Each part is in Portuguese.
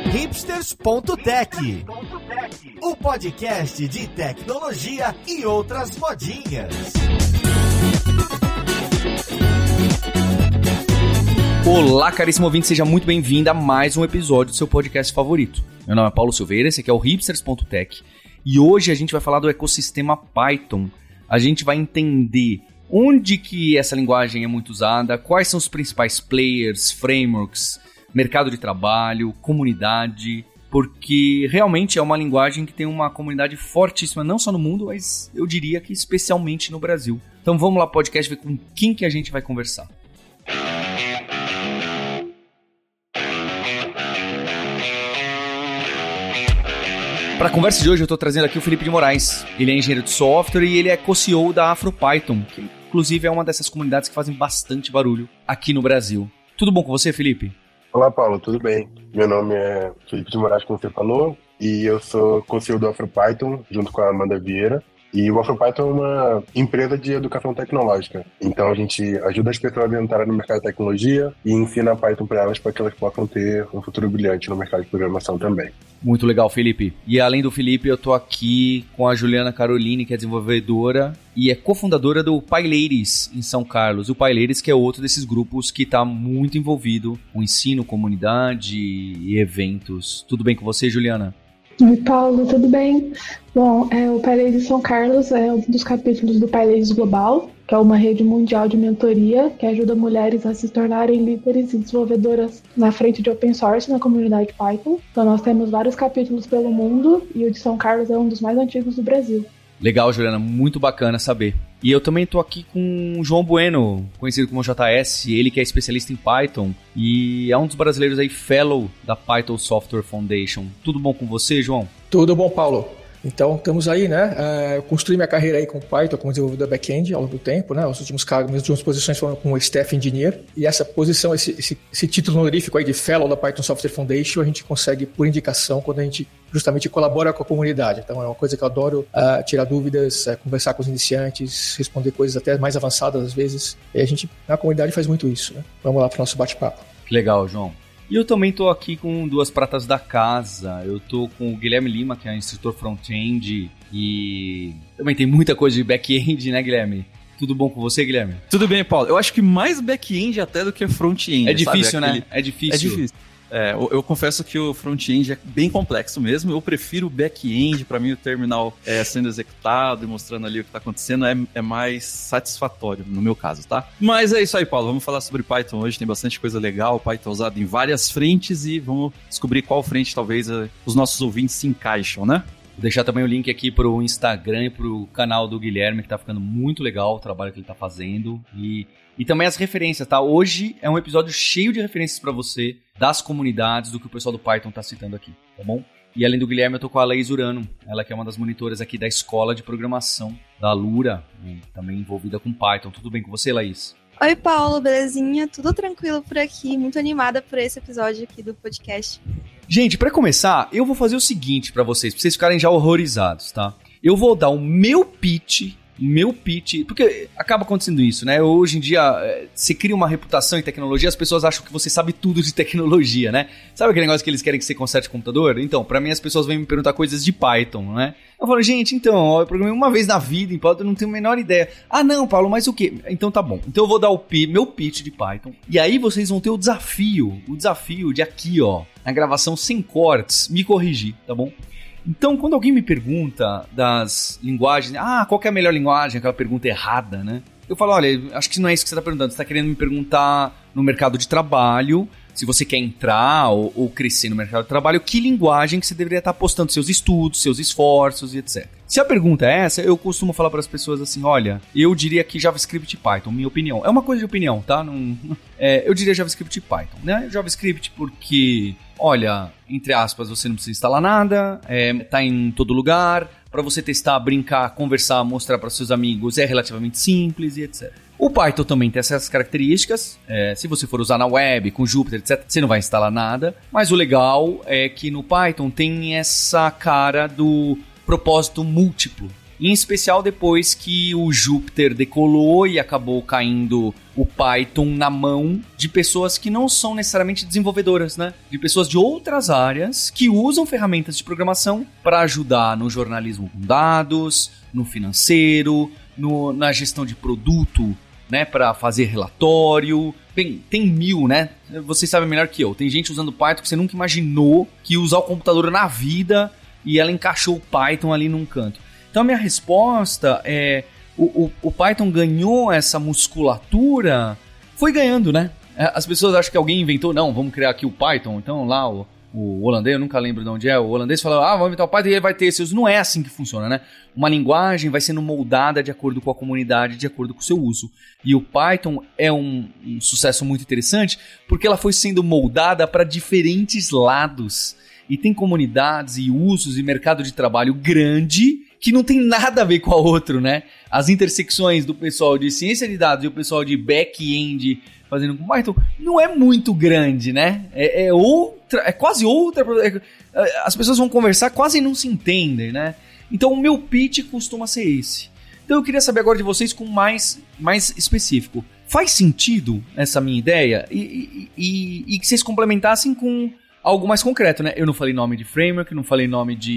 hipsters.tech, o podcast de tecnologia e outras modinhas. Olá, caríssimo ouvinte, seja muito bem-vindo a mais um episódio do seu podcast favorito. Meu nome é Paulo Silveira, esse aqui é o hipsters.tech e hoje a gente vai falar do ecossistema Python. A gente vai entender onde que essa linguagem é muito usada, quais são os principais players, frameworks, mercado de trabalho, comunidade, porque realmente é uma linguagem que tem uma comunidade fortíssima, não só no mundo, mas eu diria que especialmente no Brasil. Então vamos lá, podcast, ver com quem que a gente vai conversar. Para a conversa de hoje eu estou trazendo aqui o Felipe de Moraes. Ele é engenheiro de software e ele é co-CEO da AfroPython, que inclusive é uma dessas comunidades que fazem bastante barulho aqui no Brasil. Tudo bom com você, Felipe? Olá, Paulo, tudo bem? Meu nome é Felipe de Moraes, como você falou, e eu sou co-CEO do AfroPython, junto com a Amanda Vieira. E o AfroPython é uma empresa de educação tecnológica. Então a gente ajuda as pessoas a entrarem no mercado de tecnologia e ensina Python para elas para que elas possam ter um futuro brilhante no mercado de programação também. Muito legal, Felipe. E além do Felipe, eu tô aqui com a Juliana Caroline, que é desenvolvedora e é cofundadora do PyLadies em São Carlos. O PyLadies que é outro desses grupos que está muito envolvido com ensino, comunidade e eventos. Tudo bem com você, Juliana? Oi, Paulo, tudo bem? Bom, o PyLadies São Carlos é um dos capítulos do PyLadies Global, que é uma rede mundial de mentoria que ajuda mulheres a se tornarem líderes e desenvolvedoras na frente de open source na comunidade Python. Então nós temos vários capítulos pelo mundo e o de São Carlos é um dos mais antigos do Brasil. Legal, Juliana, muito bacana saber. E eu também tô aqui com o João Bueno, conhecido como JS, ele que é especialista em Python e é um dos brasileiros aí, fellow da Python Software Foundation. Tudo bom com você, João? Tudo bom, Paulo. Então, estamos aí, né? Eu construí minha carreira aí com Python como desenvolvedor back-end ao longo do tempo, né? Os últimos cargos, minhas últimas posições foram como Staff Engineer. E essa posição, esse título honorífico aí de Fellow da Python Software Foundation, a gente consegue por indicação quando a gente justamente colabora com a comunidade. Então, é uma coisa que eu adoro, tirar dúvidas, conversar com os iniciantes, responder coisas até mais avançadas às vezes. E a gente, na comunidade, faz muito isso, né? Vamos lá para o nosso bate-papo. Legal, João. E eu também tô aqui com duas pratas da casa. Eu tô com o Guilherme Lima, que é instrutor front-end e também tem muita coisa de back-end, né, Guilherme? Tudo bom com você, Guilherme? Tudo bem, Paulo. Eu acho que mais back-end até do que front-end. É difícil, sabe? Né? É difícil. É difícil. Eu confesso que o front-end é bem complexo mesmo. Eu prefiro o back-end. Para mim, o terminal sendo executado e mostrando ali o que está acontecendo é mais satisfatório, no meu caso, tá? Mas é isso aí, Paulo. Vamos falar sobre Python hoje. Tem bastante coisa legal. O Python é usado em várias frentes e vamos descobrir qual frente talvez os nossos ouvintes se encaixam, né? Vou deixar também o link aqui pro Instagram e pro canal do Guilherme, que tá ficando muito legal o trabalho que ele tá fazendo. E também as referências, tá? Hoje é um episódio cheio de referências para você, das comunidades, do que o pessoal do Python tá citando aqui, tá bom? E além do Guilherme, eu tô com a Laís Urano, ela que é uma das monitoras aqui da Escola de Programação da Lura, também envolvida com Python. Tudo bem com você, Laís? Oi, Paulo, belezinha? Tudo tranquilo por aqui, muito animada por esse episódio aqui do podcast. Gente, pra começar, eu vou fazer o seguinte pra vocês ficarem já horrorizados, tá? Eu vou dar o meu pitch, porque acaba acontecendo isso, né? Hoje em dia, você cria uma reputação em tecnologia, as pessoas acham que você sabe tudo de tecnologia, né? Sabe aquele negócio que eles querem que você conserte computador? Então, pra mim, as pessoas vêm me perguntar coisas de Python, né? Eu falo, gente, então, eu programei uma vez na vida em Python, eu não tenho a menor ideia. Ah, não, Paulo, mas o quê? Então tá bom. Então eu vou dar meu pitch de Python, e aí vocês vão ter o desafio de aqui, ó, na gravação sem cortes, me corrigir, tá bom? Então, quando alguém me pergunta das linguagens, qual que é a melhor linguagem? Aquela pergunta errada, né? Eu falo, olha, acho que não é isso que você está perguntando. Você está querendo me perguntar no mercado de trabalho, se você quer entrar ou crescer no mercado de trabalho, que linguagem que você deveria estar apostando seus estudos, seus esforços e etc. Se a pergunta é essa, eu costumo falar para as pessoas assim, olha, eu diria que JavaScript e Python, minha opinião. É uma coisa de opinião, tá? Eu diria JavaScript e Python, né? JavaScript porque, olha, entre aspas, você não precisa instalar nada, tá em todo lugar, para você testar, brincar, conversar, mostrar para seus amigos é relativamente simples e etc. O Python também tem essas características, se você for usar na web, com Jupyter, etc, você não vai instalar nada, mas o legal é que no Python tem essa cara do propósito múltiplo. em especial depois que o Júpiter decolou e acabou caindo o Python na mão de pessoas que não são necessariamente desenvolvedoras, né? De pessoas de outras áreas que usam ferramentas de programação para ajudar no jornalismo com dados, no financeiro, na gestão de produto, né? Para fazer relatório. Bem, tem 1000, né? Vocês sabem melhor que eu. Tem gente usando Python que você nunca imaginou que ia usar o computador na vida e ela encaixou o Python ali num canto. Então a minha resposta é, o Python ganhou essa musculatura, foi ganhando, né? As pessoas acham que alguém inventou, não, vamos criar aqui o Python, então lá o holandês, eu nunca lembro de onde é, o holandês falou, vamos inventar o Python e ele vai ter esse uso. Não é assim que funciona, né? Uma linguagem vai sendo moldada de acordo com a comunidade, de acordo com o seu uso. E o Python é um sucesso muito interessante porque ela foi sendo moldada para diferentes lados. E tem comunidades e usos e mercado de trabalho grande que não tem nada a ver com a outro, né? As intersecções do pessoal de ciência de dados e o pessoal de back-end fazendo com Python não é muito grande, né? É quase outra... As pessoas vão conversar, quase não se entendem, né? Então o meu pitch costuma ser esse. Então eu queria saber agora de vocês com mais específico. Faz sentido essa minha ideia? E que vocês complementassem com algo mais concreto, né? Eu não falei nome de framework, não falei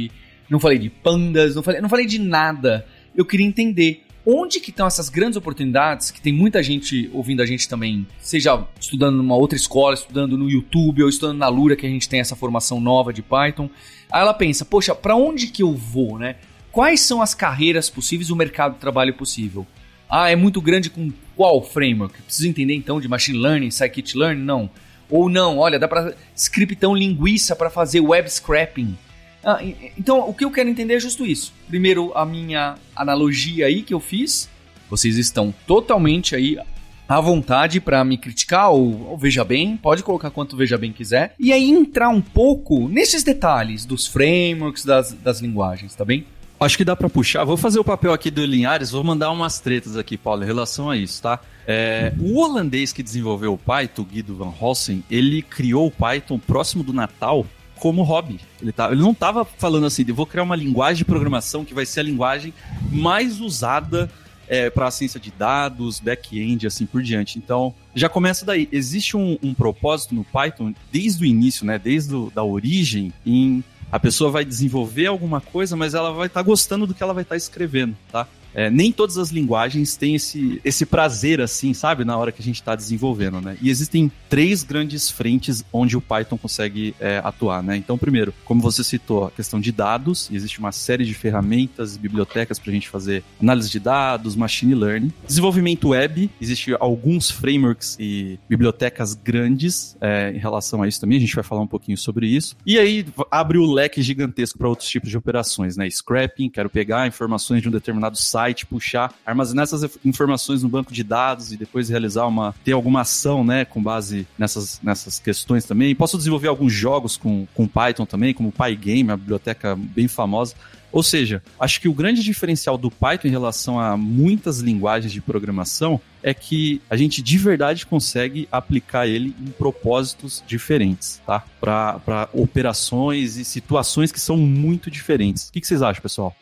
de pandas, não falei de nada. Eu queria entender onde que estão essas grandes oportunidades, que tem muita gente ouvindo a gente também, seja estudando numa outra escola, estudando no YouTube ou estudando na Lura, que a gente tem essa formação nova de Python. Aí ela pensa, poxa, para onde que eu vou, né? Quais são as carreiras possíveis, o mercado de trabalho possível? É muito grande com qual framework? Preciso entender então de machine learning, scikit-learn? Não. Ou não, olha, dá para scriptão linguiça para fazer web scraping. Então, o que eu quero entender é justo isso. Primeiro, a minha analogia aí que eu fiz. Vocês estão totalmente aí à vontade para me criticar ou veja bem. Pode colocar quanto veja bem quiser. E aí entrar um pouco nesses detalhes dos frameworks, das linguagens, tá bem? Acho que dá para puxar. Vou fazer o papel aqui do Linhares. Vou mandar umas tretas aqui, Paulo, em relação a isso, tá? O holandês que desenvolveu o Python, Guido van Rossum, ele criou o Python próximo do Natal como hobby. Ele não estava falando assim, vou criar uma linguagem de programação que vai ser a linguagem mais usada para a ciência de dados, back-end, assim por diante. Então, já começa daí. Existe um propósito no Python desde o início, né? Desde a origem, a pessoa vai desenvolver alguma coisa, mas ela vai estar gostando do que ela vai estar escrevendo, tá? Nem todas as linguagens têm esse prazer, assim, sabe? Na hora que a gente está desenvolvendo, né? E existem 3 grandes frentes onde o Python consegue atuar, né? Então, primeiro, como você citou, a questão de dados. Existe uma série de ferramentas e bibliotecas para a gente fazer análise de dados, machine learning. Desenvolvimento web. Existem alguns frameworks e bibliotecas grandes em relação a isso também. A gente vai falar um pouquinho sobre isso. E aí, abre o leque gigantesco para outros tipos de operações, né? Scrapping, quero pegar informações de um determinado site, puxar, armazenar essas informações no banco de dados e depois ter alguma ação, né, com base nessas questões também. Posso desenvolver alguns jogos com Python também, como o Pygame, uma biblioteca bem famosa. Ou seja, acho que o grande diferencial do Python em relação a muitas linguagens de programação é que a gente de verdade consegue aplicar ele em propósitos diferentes, tá? Para operações e situações que são muito diferentes. O que vocês acham, pessoal?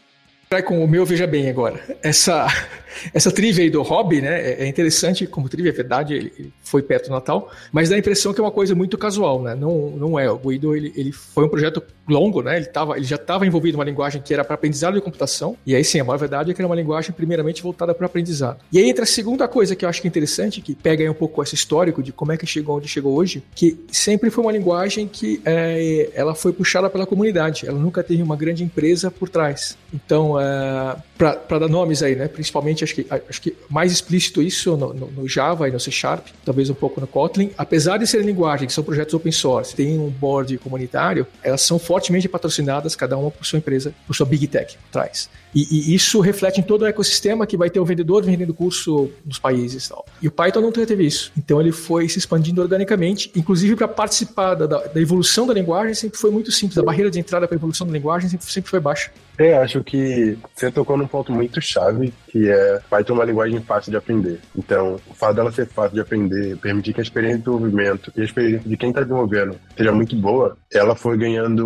Com o meu, veja bem agora, essa trivia aí do hobby, né, é interessante como trivia, é verdade, ele foi perto do Natal, mas dá a impressão que é uma coisa muito casual, né, não é, o Guido, ele foi um projeto longo, né, ele já estava envolvido em uma linguagem que era para aprendizado de computação, e aí sim, a maior verdade é que era uma linguagem primeiramente voltada para aprendizado. E aí entra a segunda coisa que eu acho que é interessante, que pega aí um pouco esse histórico de como é que chegou onde chegou hoje, que sempre foi uma linguagem que ela foi puxada pela comunidade, ela nunca teve uma grande empresa por trás. Então, para dar nomes aí, né? Principalmente, acho que mais explícito isso no Java e no C#, talvez um pouco no Kotlin. Apesar de serem linguagens que são projetos open source, tem um board comunitário, elas são fortemente patrocinadas, cada uma por sua empresa, por sua Big Tech por trás. E isso reflete em todo o equosistema que vai ter o vendedor vendendo curso nos países e tal. E o Python não teve isso. Então ele foi se expandindo organicamente, inclusive para participar da evolução da linguagem sempre foi muito simples. A barreira de entrada para a evolução da linguagem sempre foi baixa. Acho acho que você tocou num ponto muito chave, que é Python é uma linguagem fácil de aprender. Então, o fato dela ser fácil de aprender, permitir que a experiência de desenvolvimento e a experiência de quem está desenvolvendo seja muito boa, ela foi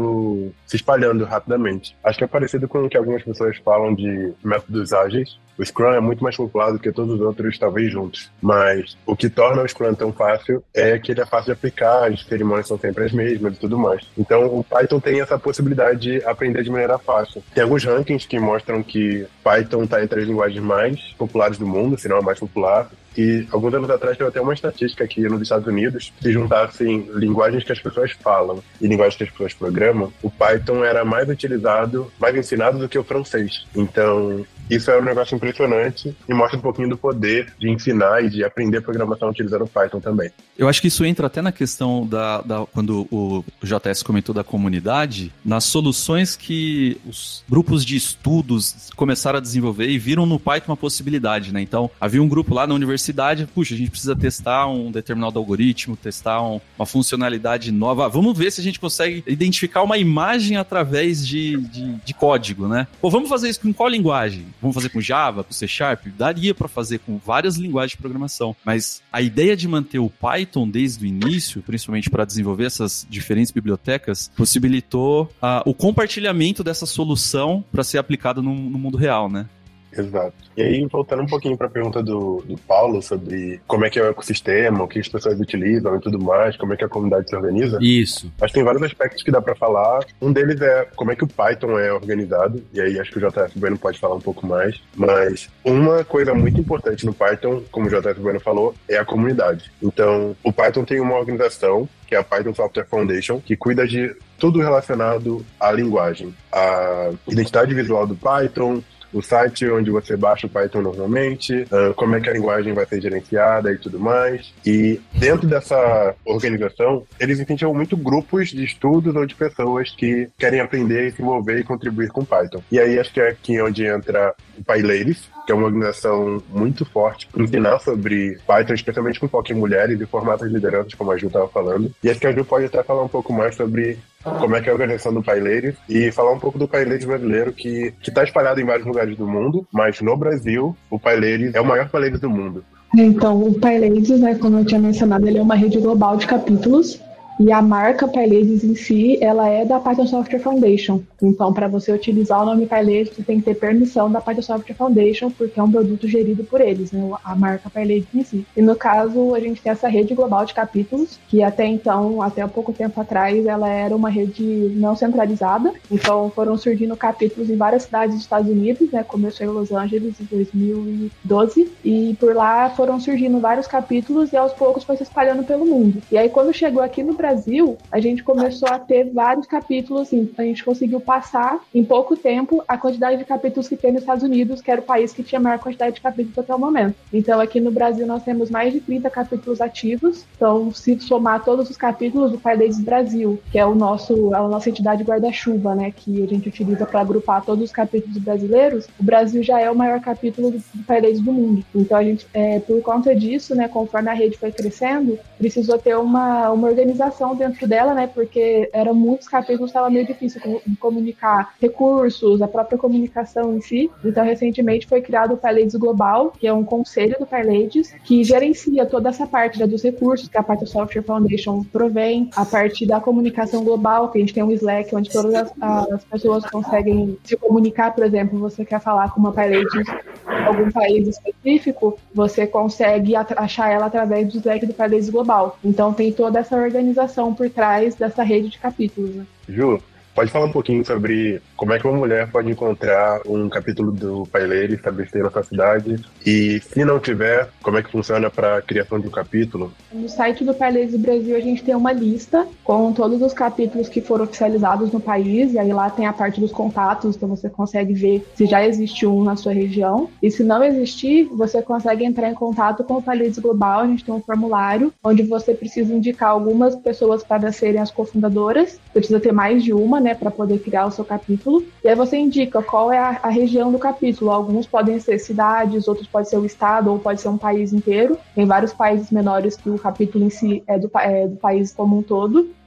se espalhando rapidamente. Acho que é parecido com o que algumas pessoas falam de métodos ágeis. O Scrum é muito mais popular do que todos os outros, talvez juntos. Mas o que torna o Scrum tão fácil é que ele é fácil de aplicar, as cerimônias são sempre as mesmas e tudo mais. Então, o Python tem essa possibilidade de aprender de maneira fácil. Tem alguns rankings que mostram que Python está entre as linguagens mais populares do mundo, se não a mais popular. E alguns anos atrás teve até uma estatística aqui nos Estados Unidos, se juntassem linguagens que as pessoas falam e linguagens que as pessoas programam, o Python era mais utilizado, mais ensinado do que o francês. Então, isso é um negócio impressionante e mostra um pouquinho do poder de ensinar e de aprender programação utilizando o Python também. Eu acho que isso entra até na questão quando o JS comentou da comunidade, nas soluções que os grupos de estudos começaram a desenvolver e viram no Python uma possibilidade, né? Então, havia um grupo lá na universidade, puxa, a gente precisa testar um determinado algoritmo, testar uma funcionalidade nova. Vamos ver se a gente consegue identificar uma imagem através de código, né? Pô, vamos fazer isso com qual linguagem? Vamos fazer com Java, com C#? Daria para fazer com várias linguagens de programação, mas a ideia de manter o Python desde o início, principalmente para desenvolver essas diferentes bibliotecas, possibilitou o compartilhamento dessa solução para ser aplicada no mundo real, né? Exato. E aí, voltando um pouquinho para a pergunta do Paulo sobre como é que é o ecossistema, o que as pessoas utilizam e tudo mais, como é que a comunidade se organiza. Isso. Acho que tem vários aspectos que dá para falar. Um deles é como é que o Python é organizado, e aí acho que o JS Bueno pode falar um pouco mais. Mas uma coisa muito importante no Python, como o JS Bueno falou, é a comunidade. Então, o Python tem uma organização, que é a Python Software Foundation, que cuida de tudo relacionado à linguagem. A identidade visual do Python, o site onde você baixa o Python normalmente, como é que a linguagem vai ser gerenciada e tudo mais. E dentro dessa organização, eles incentivam muito grupos de estudos ou de pessoas que querem aprender, se envolver e contribuir com Python. E aí acho que é aqui onde entra o PyLadies, que é uma organização muito forte para ensinar sobre Python, especialmente com foco em mulheres e formatos de lideranças, como a Ju estava falando. E acho que a Ju pode até falar um pouco mais sobre como é que é a organização do PyLadies e falar um pouco do PyLadies brasileiro, que está espalhado em vários lugares do mundo, mas no Brasil, o PyLadies é o maior PyLadies do mundo. Então, o PyLadies, né, como eu tinha mencionado, ele é uma rede global de capítulos. E a marca PyLadies em si, ela é da Python Software Foundation. Então, para você utilizar o nome PyLadies, você tem que ter permissão da Python Software Foundation, porque é um produto gerido por eles, né? A marca PyLadies em si. E no caso, a gente tem essa rede global de capítulos, que até então, até há pouco tempo atrás, ela era uma rede não centralizada. Então, foram surgindo capítulos em várias cidades dos Estados Unidos, né? Começou em Los Angeles em 2012. E por lá foram surgindo vários capítulos e aos poucos foi se espalhando pelo mundo. E aí, quando chegou aqui no Brasil, a gente começou a ter vários capítulos, assim, a gente conseguiu passar em pouco tempo a quantidade de capítulos que tem nos Estados Unidos, que era o país que tinha a maior quantidade de capítulos até o momento. Então aqui no Brasil nós temos mais de 30 capítulos ativos, então se somar todos os capítulos do PyLadies Brasil, que é a nossa entidade guarda-chuva, né, que a gente utiliza para agrupar todos os capítulos brasileiros, o Brasil já é o maior capítulo do PyLadies do mundo. Então a gente, por conta disso, né, conforme a rede foi crescendo, precisou ter uma organização dentro dela, né, porque eram muitos capítulos, estava meio difícil comunicar recursos, a própria comunicação em si. Então, recentemente foi criado o PyLadies Global, que é um conselho do PyLadies, que gerencia toda essa parte, né, dos recursos que a Python Software Foundation provém, a parte da comunicação global, que a gente tem um Slack, onde todas as pessoas conseguem se comunicar. Por exemplo, você quer falar com uma PyLadies em algum país específico, você consegue achar ela através do Slack do PyLadies Global. Então, tem toda essa organização por trás dessa rede de capítulos, né? Ju, pode falar um pouquinho sobre como é que uma mulher pode encontrar um capítulo do PyLadies, estabelecer na sua cidade, e se não tiver, como é que funciona para a criação de um capítulo? No site do PyLadies Brasil a gente tem uma lista com todos os capítulos que foram oficializados no país, e aí lá tem a parte dos contatos, então você consegue ver se já existe um na sua região, e se não existir, você consegue entrar em contato com o PyLadies Global. A gente tem um formulário onde você precisa indicar algumas pessoas para serem as cofundadoras, você precisa ter mais de uma, né, para poder criar o seu capítulo, e aí você indica qual é a região do capítulo. Alguns podem ser cidades, outros pode ser o estado, ou pode ser um país inteiro. Tem vários países menores que o capítulo em si é do país como um todo.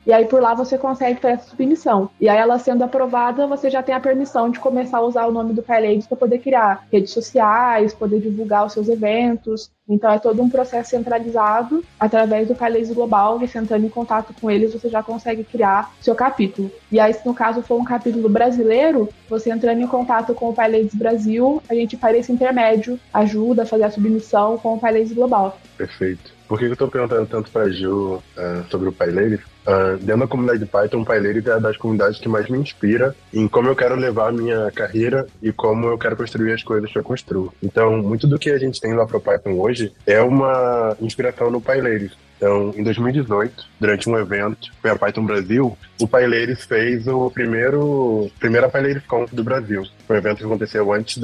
e aí por lá você consegue fazer essa submissão. E aí ela sendo aprovada, você já tem a permissão de começar a usar o nome do PyLadies para poder criar redes sociais, poder divulgar os seus eventos. Então é todo um processo centralizado através do PyLadies Global. Você entrando em contato com eles, você já consegue criar seu capítulo. E aí, se no caso for um capítulo brasileiro, você entrando em contato com o PyLadies Brasil, a gente faz esse intermédio, ajuda a fazer a submissão com o PyLadies Global. Perfeito. Por que eu estou perguntando tanto para a Ju sobre o PyLadies? Dentro da comunidade de Python, o PyLadies é das comunidades que mais me inspira em como eu quero levar a minha carreira e como eu quero construir as coisas que eu construo. Então, muito do que a gente tem no AfroPython hoje é uma inspiração no PyLadies. Então, em 2018, durante um evento, foi a Python Brasil, o PyLadies fez o primeira PyLadies Conf do Brasil. Foi um evento que aconteceu antes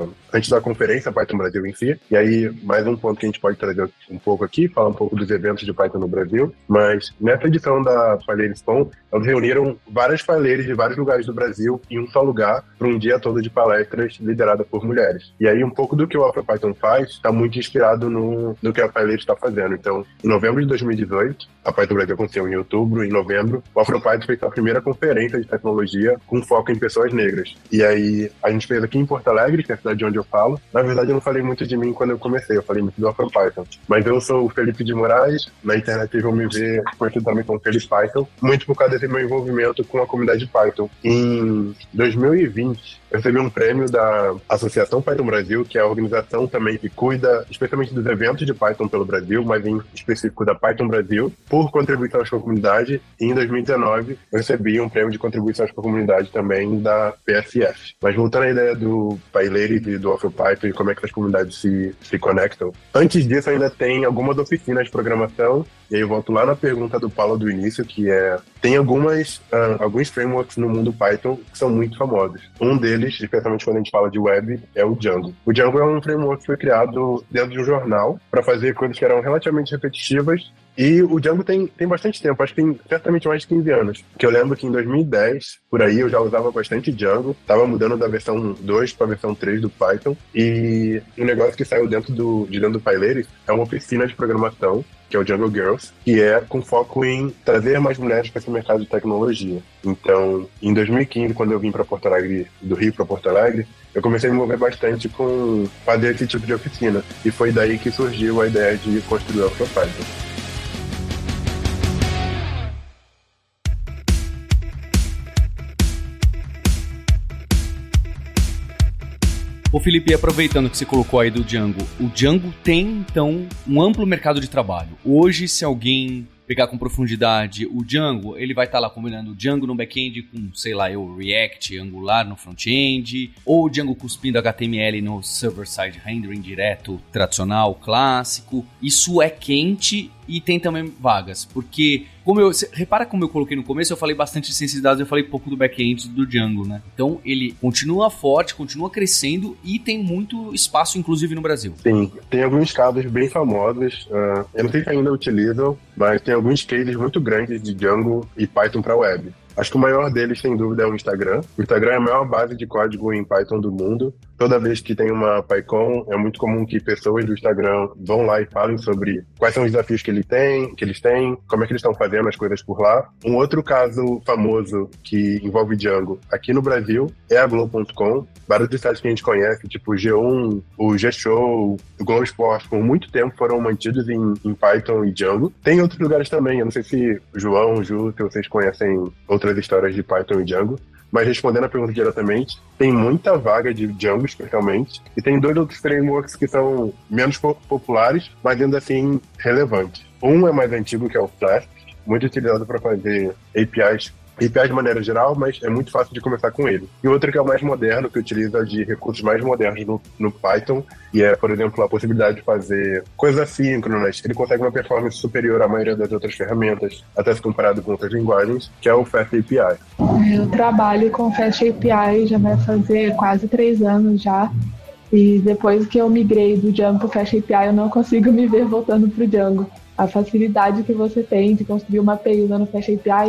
da conferência Python Brasil em si. E aí, mais um ponto que a gente pode trazer um pouco aqui, falar um pouco dos eventos de Python no Brasil. Mas nessa edição da PyLadies Conf, eles reuniram várias PyLadies de vários lugares do Brasil em um só lugar, para um dia todo de palestras lideradas por mulheres. E aí, um pouco do que o AfroPython faz está muito inspirado no que a PyLadies está fazendo. Então, em novembro de 2018, a Python Brasil aconteceu em outubro, em novembro, o AfroPython fez a primeira conferência de tecnologia com foco em pessoas negras. E aí, a gente fez aqui em Porto Alegre, que é a cidade onde eu falo. Na verdade, eu não falei muito de mim quando eu comecei, eu falei muito do AfroPython. Mas eu sou o Felipe de Moraes, na internet vão me ver conhecido também como Felipe Python, muito por causa desse meu envolvimento com a comunidade Python. Em 2020, eu recebi um prêmio da Associação Python Brasil, que é a organização também que cuida especialmente dos eventos de Python pelo Brasil, mas em específico da Python Brasil, por contribuições com a comunidade. E em 2019, eu recebi um prêmio de contribuições com a comunidade também da PSF. Mas voltando à ideia do PyLadies e do AfroPython e como é que as comunidades se conectam, antes disso ainda tem algumas oficinas de programação. E aí eu volto lá na pergunta do Paulo do início, que tem alguns frameworks no mundo Python que são muito famosos. Um deles, especialmente quando a gente fala de web, é o Django. O Django é um framework que foi criado dentro de um jornal para fazer coisas que eram relativamente repetitivas. E o Django tem bastante tempo, acho que tem certamente mais de 15 anos. Que eu lembro que em 2010, por aí, eu já usava bastante Django. Tava mudando da versão 2 para a versão 3 do Python. E um negócio que saiu dentro do PyLadies é uma oficina de programação, que é o Django Girls, que é com foco em trazer mais mulheres para esse mercado de tecnologia. Então, em 2015, quando eu vim para Porto Alegre, do Rio para Porto Alegre, eu comecei a me envolver bastante com fazer esse tipo de oficina. E foi daí que surgiu a ideia de construir o AfroPython. Ô Felipe, aproveitando que você colocou aí do Django, o Django tem, então, um amplo mercado de trabalho. Hoje, se alguém pegar com profundidade o Django, ele vai estar lá combinando o Django no back-end com, sei lá, o React, Angular no front-end, ou o Django cuspindo HTML no server-side rendering direto, tradicional, clássico. Isso é quente e tem também vagas, porque repara como eu coloquei no começo, eu falei bastante de sensibilidade, eu falei pouco do back-end do Django, né? Então ele continua forte, continua crescendo e tem muito espaço, inclusive no Brasil. Sim, tem alguns casos bem famosos, eu não sei se ainda utilizam, mas tem alguns cases muito grandes de Django e Python para web. Acho que o maior deles, sem dúvida, é o Instagram. O Instagram é a maior base de código em Python do mundo. Toda vez que tem uma PyCon, é muito comum que pessoas do Instagram vão lá e falem sobre quais são os desafios que eles têm, como é que eles estão fazendo as coisas por lá. Um outro caso famoso que envolve Django aqui no Brasil é a Globo.com. Vários dos sites que a gente conhece, tipo o G1, o G-Show, o Globo Esporte, por muito tempo foram mantidos em Python e Django. Tem outros lugares também, eu não sei se João, Ju, se vocês conhecem outras histórias de Python e Django, mas respondendo a pergunta diretamente, tem muita vaga de Django, especialmente, e tem dois outros frameworks que são menos populares, mas ainda assim relevantes. Um é mais antigo, que é o Flask, muito utilizado para fazer APIs de maneira geral, mas é muito fácil de começar com ele. E outro que é o mais moderno, que utiliza de recursos mais modernos no Python, e é, por exemplo, a possibilidade de fazer coisas assíncronas. Ele consegue uma performance superior à maioria das outras ferramentas, até se comparado com outras linguagens, que é o FastAPI. Eu trabalho com FastAPI já vai fazer quase 3 anos já. E depois que eu migrei do Django para o FastAPI, eu não consigo me ver voltando para o Django. A facilidade que você tem de construir uma API usando o FastAPI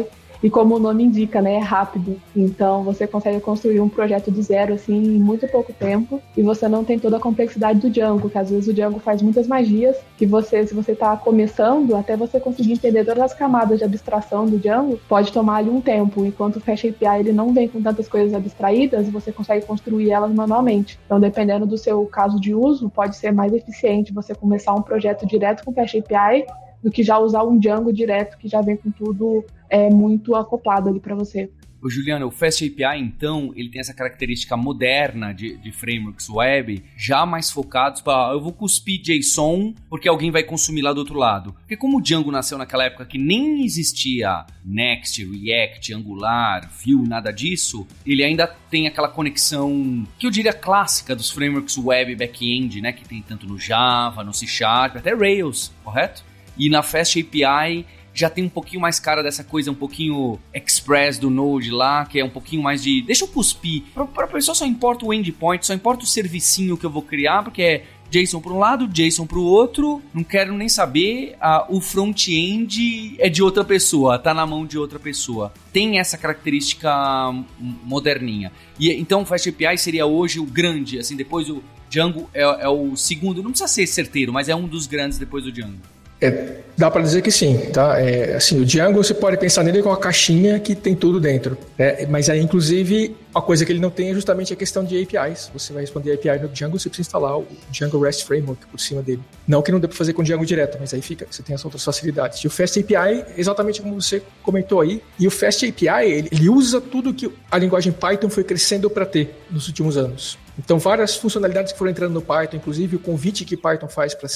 E como o nome indica, né, é rápido. Então você consegue construir um projeto do zero assim em muito pouco tempo e você não tem toda a complexidade do Django, que às vezes o Django faz muitas magias que você, se você está começando, até você conseguir entender todas as camadas de abstração do Django, pode tomar ali um tempo, enquanto o Fast API ele não vem com tantas coisas abstraídas, você consegue construir elas manualmente. Então, dependendo do seu caso de uso, pode ser mais eficiente você começar um projeto direto com o Fast API do que já usar um Django direto que já vem com tudo muito acoplado ali para você. Ô Juliano, o Fast API, então, ele tem essa característica moderna de frameworks web, já mais focados para, eu vou cuspir JSON porque alguém vai consumir lá do outro lado. Porque como o Django nasceu naquela época que nem existia Next, React, Angular, Vue, nada disso, ele ainda tem aquela conexão que eu diria clássica dos frameworks web back-end, né, que tem tanto no Java, no C#, até Rails, correto? E na Fast API já tem um pouquinho mais cara dessa coisa, um pouquinho Express do Node lá, que é um pouquinho mais de, deixa eu cuspir. Pra pessoa só importa o endpoint, só importa o servicinho que eu vou criar, porque é JSON para um lado, JSON para o outro, não quero nem saber, o front-end é de outra pessoa, tá na mão de outra pessoa. Tem essa característica moderninha. E então o Fast API seria hoje o grande, assim, depois o Django é o segundo, não precisa ser certeiro, mas é um dos grandes depois do Django. Dá para dizer que sim, tá? Assim, o Django você pode pensar nele com uma caixinha que tem tudo dentro, né? Mas aí, inclusive, a coisa que ele não tem é justamente a questão de APIs. Você vai responder API no Django, você precisa instalar o Django REST Framework por cima dele. Não que não dê para fazer com o Django direto, mas aí você tem as outras facilidades. E o Fast API, exatamente como você comentou aí, e o Fast API, ele usa tudo que a linguagem Python foi crescendo para ter nos últimos anos. Então, várias funcionalidades que foram entrando no Python, inclusive o convite que Python faz para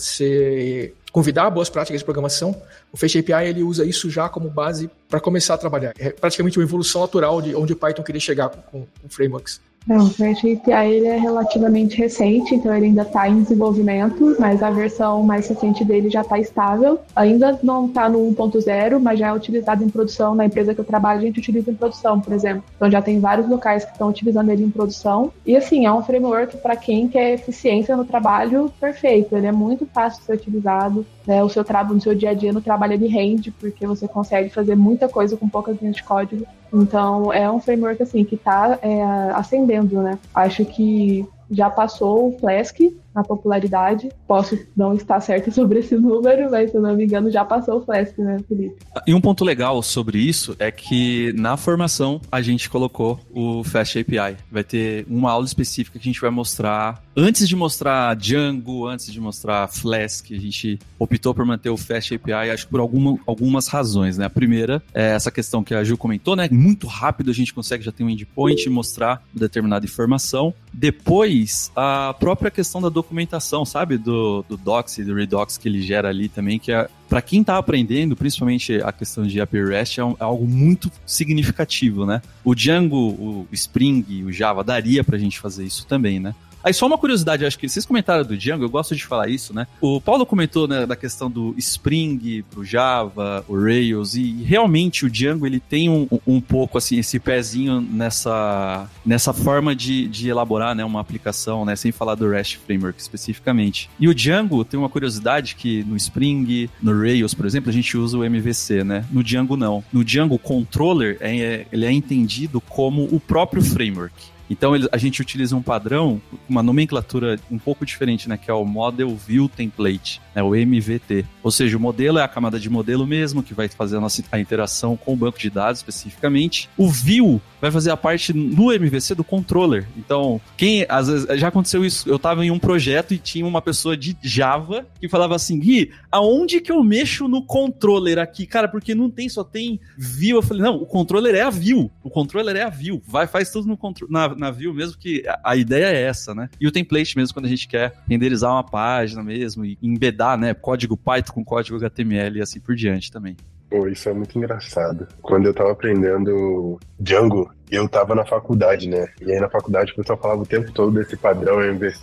convidar boas práticas de programação, o Fast API ele usa isso já como base para começar a trabalhar. É praticamente uma evolução natural de onde o Python queria chegar com frameworks. Não, o Fast API ele é relativamente recente, então ele ainda está em desenvolvimento, mas a versão mais recente dele já está estável. Ainda não está no 1.0, mas já é utilizado em produção. Na empresa que eu trabalho, a gente utiliza em produção, por exemplo. Então já tem vários locais que estão utilizando ele em produção. E assim, é um framework para quem quer eficiência no trabalho perfeito. Ele é muito fácil de ser utilizado, né? No seu dia a dia no trabalho ele rende, porque você consegue fazer muita coisa com poucas linhas de código. Então, é um framework assim, que está ascendendo, né? Acho que já passou o Flask na popularidade. Posso não estar certa sobre esse número, mas se eu não me engano já passou o Flask, né, Felipe? E um ponto legal sobre isso é que na formação a gente colocou o Fast API. Vai ter uma aula específica que a gente vai mostrar. Antes de mostrar Django, antes de mostrar Flask, a gente optou por manter o Fast API, acho que por algumas razões, né? A primeira é essa questão que a Ju comentou, né? Muito rápido a gente consegue já ter um endpoint e mostrar determinada informação. Depois, a própria questão da documentação, sabe? Do Docs e do Redux que ele gera ali também, que é, para quem está aprendendo, principalmente a questão de API REST, é algo muito significativo, né? O Django, o Spring, o Java, daria pra gente fazer isso também, né? Aí só uma curiosidade, acho que vocês comentaram do Django, eu gosto de falar isso, né? O Paulo comentou, né, da questão do Spring pro Java, o Rails, e realmente o Django ele tem um pouco assim, esse pezinho nessa forma de elaborar, né, uma aplicação, né, sem falar do REST Framework especificamente. E o Django tem uma curiosidade que no Spring, no Rails, por exemplo, a gente usa o MVC, né? No Django não. No Django, o controller ele é entendido como o próprio framework. Então a gente utiliza um padrão, uma nomenclatura um pouco diferente, né, que é o Model View Template, né, o MVT. Ou seja, o modelo é a camada de modelo mesmo, que vai fazer a interação com o banco de dados especificamente. O View vai fazer a parte no MVC do controller. Então, às vezes, já aconteceu isso, eu estava em um projeto e tinha uma pessoa de Java que falava assim, Gui, aonde que eu mexo no controller aqui? Cara, porque só tem View. Eu falei, não, o controller é a View. O controller é a View. Faz tudo na View mesmo, que a ideia é essa, né? E o template mesmo, quando a gente quer renderizar uma página mesmo e embedar, né, código Python com código HTML e assim por diante também. Pô, isso é muito engraçado. Quando eu tava aprendendo Django, eu tava na faculdade, né? E aí na faculdade o pessoal falava o tempo todo desse padrão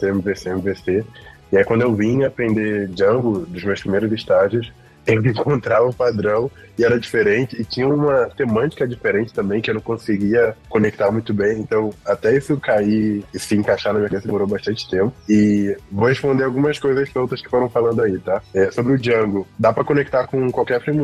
MVC. E aí quando eu vim aprender Django, dos meus primeiros estágios, eu encontrava o padrão e era diferente, e tinha uma semântica diferente também, que eu não conseguia conectar muito bem. Então, até isso cair e se encaixar na minha cabeça demorou bastante tempo. E vou responder algumas coisas soltas que foram falando aí, tá? Sobre o Django, dá pra conectar com qualquer framework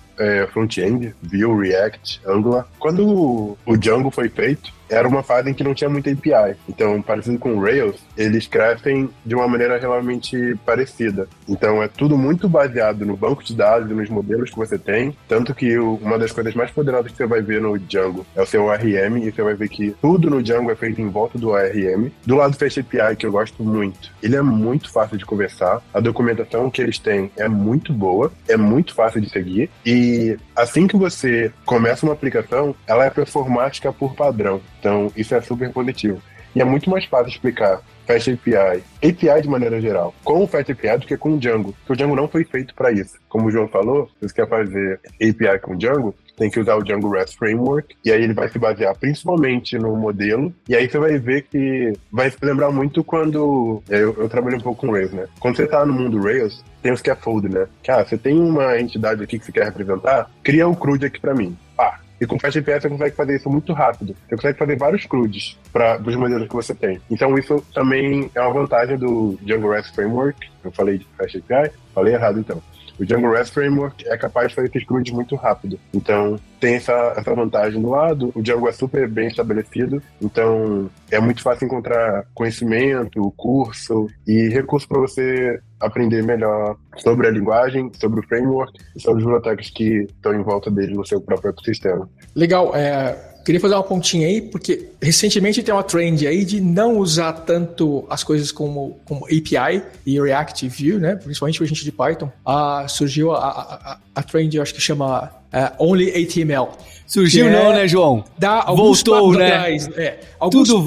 front-end, Vue, React, Angular. Quando o Django foi feito, era uma fase em que não tinha muita API. Então, parecido com o Rails, eles crescem de uma maneira relativamente parecida. Então, é tudo muito baseado no banco de dados e nos modelos que você tem. Tanto que uma das coisas mais poderosas que você vai ver no Django é o seu ORM, e você vai ver que tudo no Django é feito em volta do ORM. Do lado do Fast API, que eu gosto muito, ele é muito fácil de conversar. A documentação que eles têm é muito boa, é muito fácil de seguir. E assim que você começa uma aplicação, ela é performática por padrão. Então, isso é super positivo. E é muito mais fácil explicar Fast API de maneira geral, com o Fast API do que com o Django, porque o Django não foi feito para isso. Como o João falou, se você quer fazer API com o Django, tem que usar o Django REST Framework, e aí ele vai se basear principalmente no modelo, e aí você vai ver que vai se lembrar muito quando... Eu trabalhei um pouco com Rails, né? Quando você tá no mundo Rails, tem o scaffold, né? Que, você tem uma entidade aqui que você quer representar, cria um CRUD aqui para mim. E com Fast API você consegue fazer isso muito rápido. Você consegue fazer vários CRUDs para os modelos que você tem. Então isso também é uma vantagem do Django REST Framework. Eu falei de Fast API, falei errado então. O Django REST Framework é capaz de fazer esses CRUDs muito rápido. Então tem essa vantagem do lado. O Django é super bem estabelecido. Então é muito fácil encontrar conhecimento, curso e recurso para você aprender melhor sobre a linguagem, sobre o framework e sobre os bibliotecas que estão em volta dele no seu próprio ecossistema. Legal. Queria fazer uma pontinha aí, porque recentemente tem uma trend aí de não usar tanto as coisas como API e React e Vue, né? Principalmente para a gente de Python. Surgiu a trend, eu acho que chama Only HTML. Surgiu não, né, João? Voltou, né? Atrás, alguns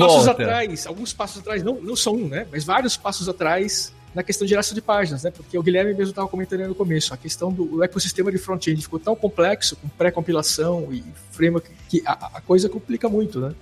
passos atrás, não só um, né? Mas vários passos atrás na questão de geração de páginas, né? Porque o Guilherme mesmo estava comentando no começo, a questão do ecossistema de front-end ficou tão complexo, com pré-compilação e framework, que a coisa complica muito, né?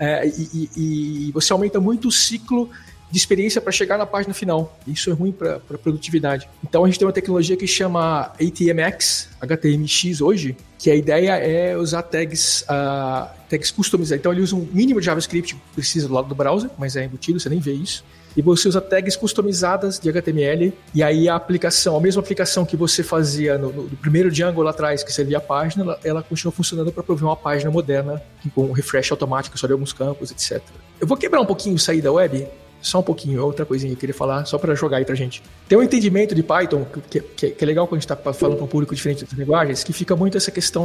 E você aumenta muito o ciclo de experiência para chegar na página final. Isso é ruim para produtividade. Então a gente tem uma tecnologia que chama ATMX, HTMX hoje, que a ideia é usar tags customizadas. Então ele usa um mínimo de JavaScript que precisa do lado do browser, mas é embutido, você nem vê isso. E você usa tags customizadas de HTML, e aí a mesma aplicação que você fazia no primeiro Django lá atrás, que servia a página, ela continua funcionando para prover uma página moderna, com um refresh automático só de alguns campos, etc. Eu vou quebrar um pouquinho o sair da web, só um pouquinho, outra coisinha que eu queria falar, só para jogar aí pra gente. Tem um entendimento de Python, que é legal quando a gente está falando para um público diferente das linguagens, que fica muito essa questão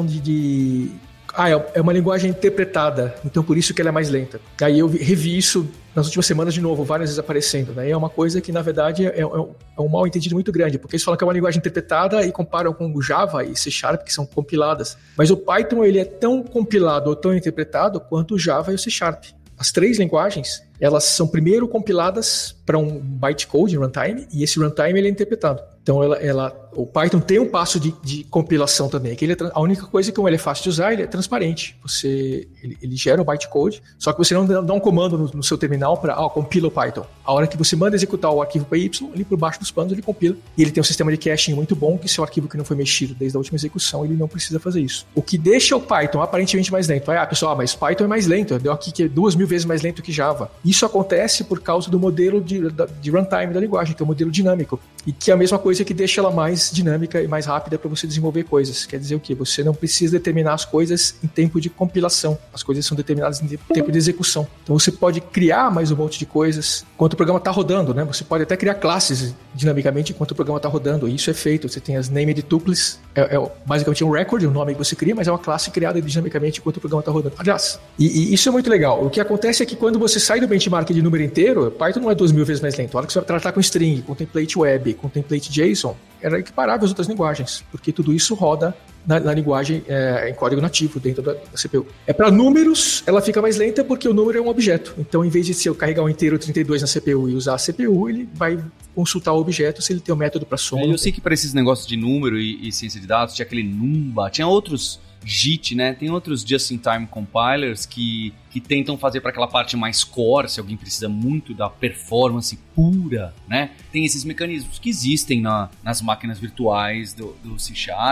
é uma linguagem interpretada, então por isso que ela é mais lenta. Aí eu revi isso nas últimas semanas de novo, várias vezes aparecendo, né? E é uma coisa que, na verdade, é um mal entendido muito grande, porque eles falam que é uma linguagem interpretada e comparam com o Java e C#, que são compiladas. Mas o Python, ele é tão compilado ou tão interpretado quanto o Java e o C#. As três linguagens, elas são primeiro compiladas para um bytecode runtime, e esse runtime ele é interpretado. Então o Python tem um passo de compilação também, que a única coisa que ele é fácil de usar, ele é transparente. Ele gera o bytecode, só que você não dá um comando no seu terminal para compila o Python. A hora que você manda executar o arquivo PY, ali por baixo dos panos ele compila. E ele tem um sistema de caching muito bom, que se o arquivo que não foi mexido desde a última execução, ele não precisa fazer isso. O que deixa o Python aparentemente mais lento. Pessoal, mas Python é mais lento. Deu aqui que é 2.000 vezes mais lento que Java. Isso acontece por causa do modelo de runtime da linguagem, que é o modelo dinâmico. E que é a mesma coisa que deixa ela mais dinâmica e mais rápida para você desenvolver coisas. Quer dizer o quê? Você não precisa determinar as coisas em tempo de compilação. As coisas são determinadas em tempo de execução. Então você pode criar mais um monte de coisas enquanto o programa está rodando, né? Você pode até criar classes dinamicamente enquanto o programa está rodando. E isso é feito. Você tem as named tuples. Basicamente um record, o nome que você cria, mas é uma classe criada dinamicamente enquanto o programa está rodando. Aliás, e isso é muito legal. O que acontece é que quando você sai do benchmark de número inteiro, Python não é 2.000 vezes mais lento. A hora que você vai tratar com string, com template web, com template JSON, era equiparável às outras linguagens, porque tudo isso roda na linguagem em código nativo dentro da CPU. Para números, ela fica mais lenta porque o número é um objeto. Então, em vez de eu carregar um inteiro 32 na CPU e usar a CPU, ele vai consultar o objeto se ele tem um método para soma. Eu sei que para esses negócios de número e ciência de dados, tinha aquele Numba, tinha outros JIT, né? Tem outros Just-in-Time Compilers que tentam fazer para aquela parte mais core, se alguém precisa muito da performance pura, né? Tem esses mecanismos que existem nas máquinas virtuais do C#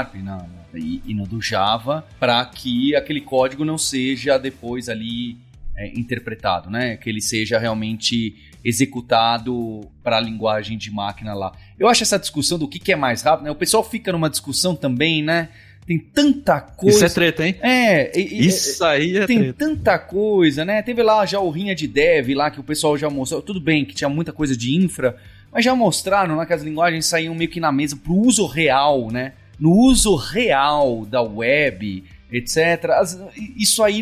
e no do Java, para que aquele código não seja depois ali interpretado, né? Que ele seja realmente executado para a linguagem de máquina lá. Eu acho essa discussão do que é mais rápido, né? O pessoal fica numa discussão também, né? tem tanta coisa. Isso é treta, hein? Isso aí é tem treta. tanta coisa, né? Teve lá já o Rinha de Dev lá, que o pessoal já mostrou. Tudo bem que tinha muita coisa de infra, mas já mostraram, né, que as linguagens saíam meio que na mesa pro uso real, né? No uso real da web, etc. Isso aí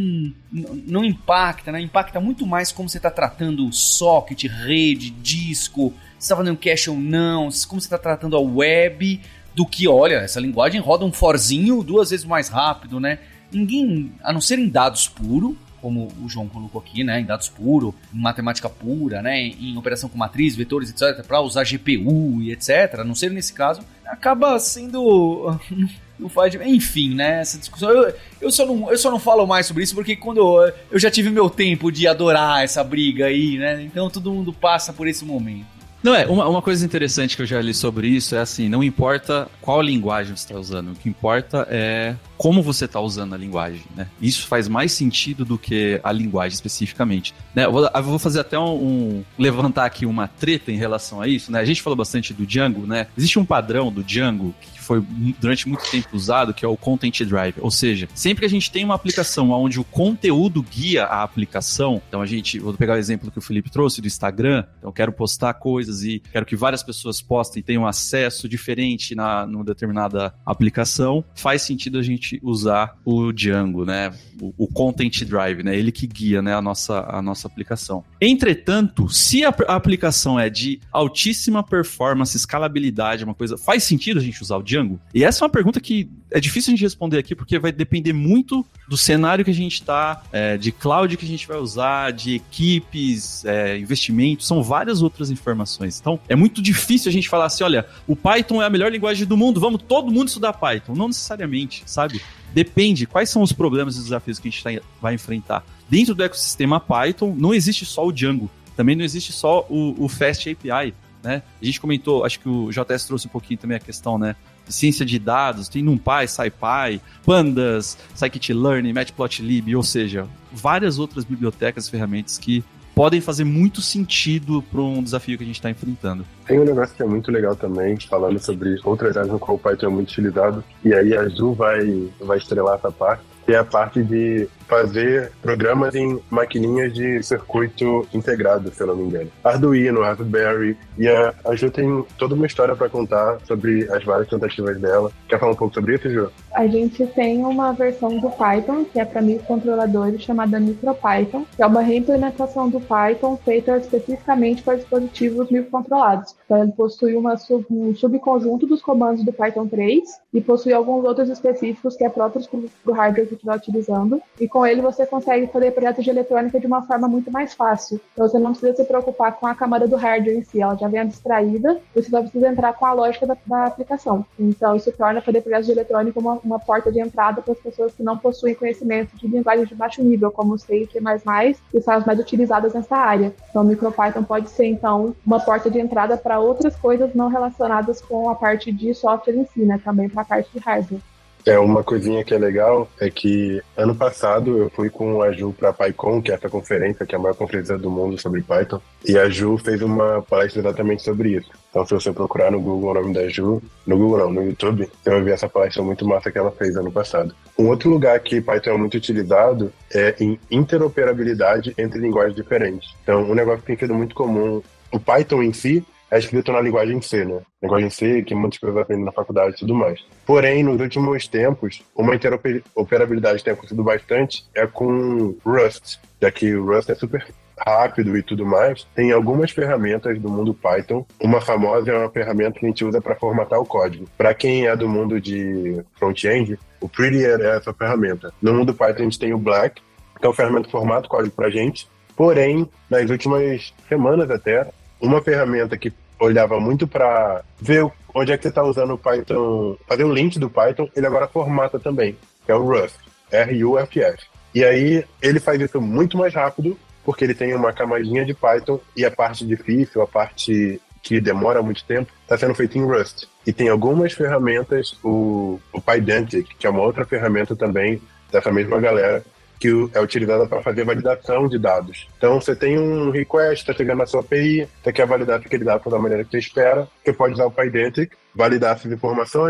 não impacta, né? Impacta muito mais como você está tratando o socket, rede, disco, se está fazendo cache ou não, como você está tratando a web, do que, olha, essa linguagem roda um forzinho 2 vezes mais rápido, né? Ninguém, a não ser em dados puro, como o João colocou aqui, né? Em dados puro, em matemática pura, né? Em operação com matriz, vetores, etc., para usar GPU e etc., a não ser nesse caso, acaba sendo... Não faz... Enfim, né? Essa discussão... Eu só não falo mais sobre isso porque quando eu já tive meu tempo de adorar essa briga aí, né? Então todo mundo passa por esse momento. Não, uma coisa interessante que eu já li sobre isso é assim, não importa qual linguagem você está usando, o que importa é como você está usando a linguagem, né? Isso faz mais sentido do que a linguagem especificamente, né? Eu vou fazer até levantar aqui uma treta em relação a isso, né? A gente falou bastante do Django, né? Existe um padrão do Django que foi durante muito tempo usado, que é o Content Drive, ou seja, sempre que a gente tem uma aplicação onde o conteúdo guia a aplicação, então vou pegar o exemplo que o Felipe trouxe do Instagram, então eu quero postar coisas e quero que várias pessoas postem e tenham acesso diferente numa determinada aplicação, faz sentido a gente usar o Django, né? O Content Drive, né? Ele que guia, né, a nossa aplicação. Entretanto, se a aplicação é de altíssima performance, escalabilidade, uma coisa, faz sentido a gente usar o Django? E essa é uma pergunta que é difícil a gente responder aqui, porque vai depender muito do cenário que a gente está, de cloud que a gente vai usar, de equipes, investimentos, são várias outras informações. Então, é muito difícil a gente falar assim, olha, o Python é a melhor linguagem do mundo, vamos todo mundo estudar Python. Não necessariamente, sabe? Depende, quais são os problemas e desafios que a gente vai enfrentar. Dentro do ecossistema Python, não existe só o Django, também não existe só o Fast API, né? A gente comentou, acho que o JS trouxe um pouquinho também a questão, né? De ciência de dados, tem NumPy, SciPy, Pandas, Scikit-learn, Matplotlib, ou seja, várias outras bibliotecas e ferramentas que podem fazer muito sentido para um desafio que a gente está enfrentando. Tem um negócio que é muito legal também, falando sobre outras áreas no qual o Python é muito utilizado, e aí a Ju vai estrelar essa parte, que é a parte de fazer programas em maquininhas de circuito integrado, se eu não me engano. Arduino, Raspberry, e a Ju tem toda uma história para contar sobre as várias tentativas dela. Quer falar um pouco sobre isso, Ju? A gente tem uma versão do Python, que é para microcontroladores, chamada MicroPython, que é uma reimplementação do Python feita especificamente para dispositivos microcontrolados. Então, ele possui um subconjunto dos comandos do Python 3 e possui alguns outros específicos que é próprios para o hardware que estiver utilizando. E com ele você consegue fazer projetos de eletrônica de uma forma muito mais fácil. Então você não precisa se preocupar com a camada do hardware em si, ela já vem abstraída, você só precisa entrar com a lógica da aplicação. Então isso torna fazer projetos de eletrônica uma porta de entrada para as pessoas que não possuem conhecimento de linguagens de baixo nível, como C e C++, que são as mais utilizadas nessa área. Então o MicroPython pode ser então uma porta de entrada para outras coisas não relacionadas com a parte de software em si, né? Também para a parte de hardware. Uma coisinha que é legal é que ano passado eu fui com a Ju para a PyCon, que é essa conferência, que é a maior conferência do mundo sobre Python, e a Ju fez uma palestra exatamente sobre isso. Então se você procurar no Google o nome da Ju, no YouTube, você vai ver essa palestra muito massa que ela fez ano passado. Um outro lugar que Python é muito utilizado é em interoperabilidade entre linguagens diferentes. Então um negócio que tem sido muito comum, o Python em si é escrito na linguagem C, né? Linguagem C, que muitas pessoas aprendem na faculdade e tudo mais. Porém, nos últimos tempos, uma interoperabilidade que tem acontecido bastante é com Rust, já que o Rust é super rápido e tudo mais. Tem algumas ferramentas do mundo Python. Uma famosa é uma ferramenta que a gente usa para formatar o código. Para quem é do mundo de front-end, o Prettier é essa ferramenta. No mundo Python, a gente tem o Black, que é uma ferramenta que formata o código para a gente. Porém, nas últimas semanas até, uma ferramenta que olhava muito para ver onde é que você está usando o Python, fazer o link do Python, ele agora formata também, que é o Rust, R-U-F-F. E aí ele faz isso muito mais rápido, porque ele tem uma camadinha de Python e a parte difícil, a parte que demora muito tempo, está sendo feita em Rust. E tem algumas ferramentas, o Pydantic, que é uma outra ferramenta também dessa mesma galera, que é utilizada para fazer validação de dados. Então, você tem um request, está chegando na sua API, você quer validar se aquele dado da maneira que você espera, você pode usar o Pydantic, validar essas informações,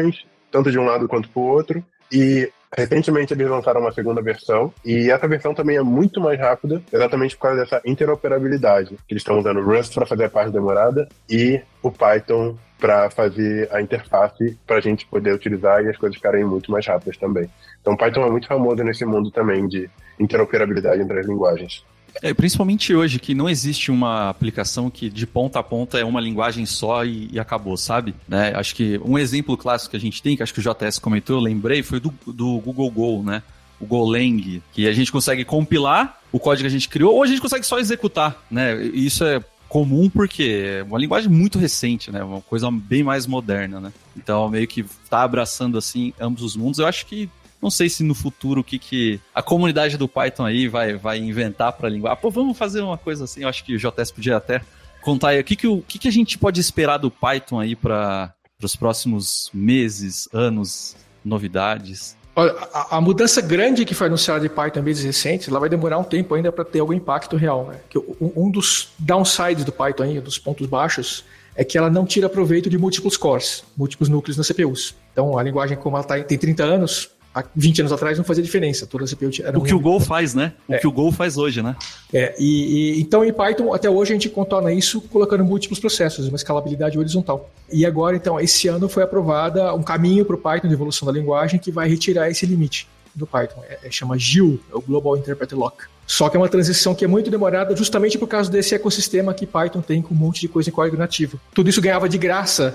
tanto de um lado quanto pro outro. E recentemente eles lançaram uma segunda versão, e essa versão também é muito mais rápida, exatamente por causa dessa interoperabilidade. Eles estão usando o Rust para fazer a parte demorada e o Python para fazer a interface para a gente poder utilizar e as coisas ficarem muito mais rápidas também. Então Python é muito famoso nesse mundo também de interoperabilidade entre as linguagens. Principalmente hoje, que não existe uma aplicação que de ponta a ponta é uma linguagem só e acabou, sabe? Né? Acho que um exemplo clássico que a gente tem, que acho que o JS comentou, eu lembrei, foi do Google Go, né? O Golang, que a gente consegue compilar o código que a gente criou, ou a gente consegue só executar, né? E isso é comum porque é uma linguagem muito recente, né? Uma coisa bem mais moderna, né? Então, meio que tá abraçando, assim, ambos os mundos. Eu acho que não sei se no futuro o que a comunidade do Python aí vai inventar para a língua. Vamos fazer uma coisa assim. Eu acho que o JS podia até contar aí o que a gente pode esperar do Python aí para os próximos meses, anos, novidades. Olha, a mudança grande que foi anunciada de Python em meses recentes, ela vai demorar um tempo ainda para ter algum impacto real, né? Que um dos downsides do Python aí, dos pontos baixos, é que ela não tira proveito de múltiplos cores, múltiplos núcleos nas CPUs. Então, a linguagem, como ela tem 30 anos, há 20 anos atrás não fazia diferença. Toda a CPU era o que o Go faz, né? O que o Go faz hoje, né? Então, em Python, até hoje, a gente contorna isso colocando múltiplos processos, uma escalabilidade horizontal. E agora, então, esse ano foi aprovada um caminho para o Python de evolução da linguagem que vai retirar esse limite do Python. Chama GIL, é o Global Interpreter Lock. Só que é uma transição que é muito demorada justamente por causa desse ecossistema que Python tem com um monte de coisa em código nativo. Tudo isso ganhava de graça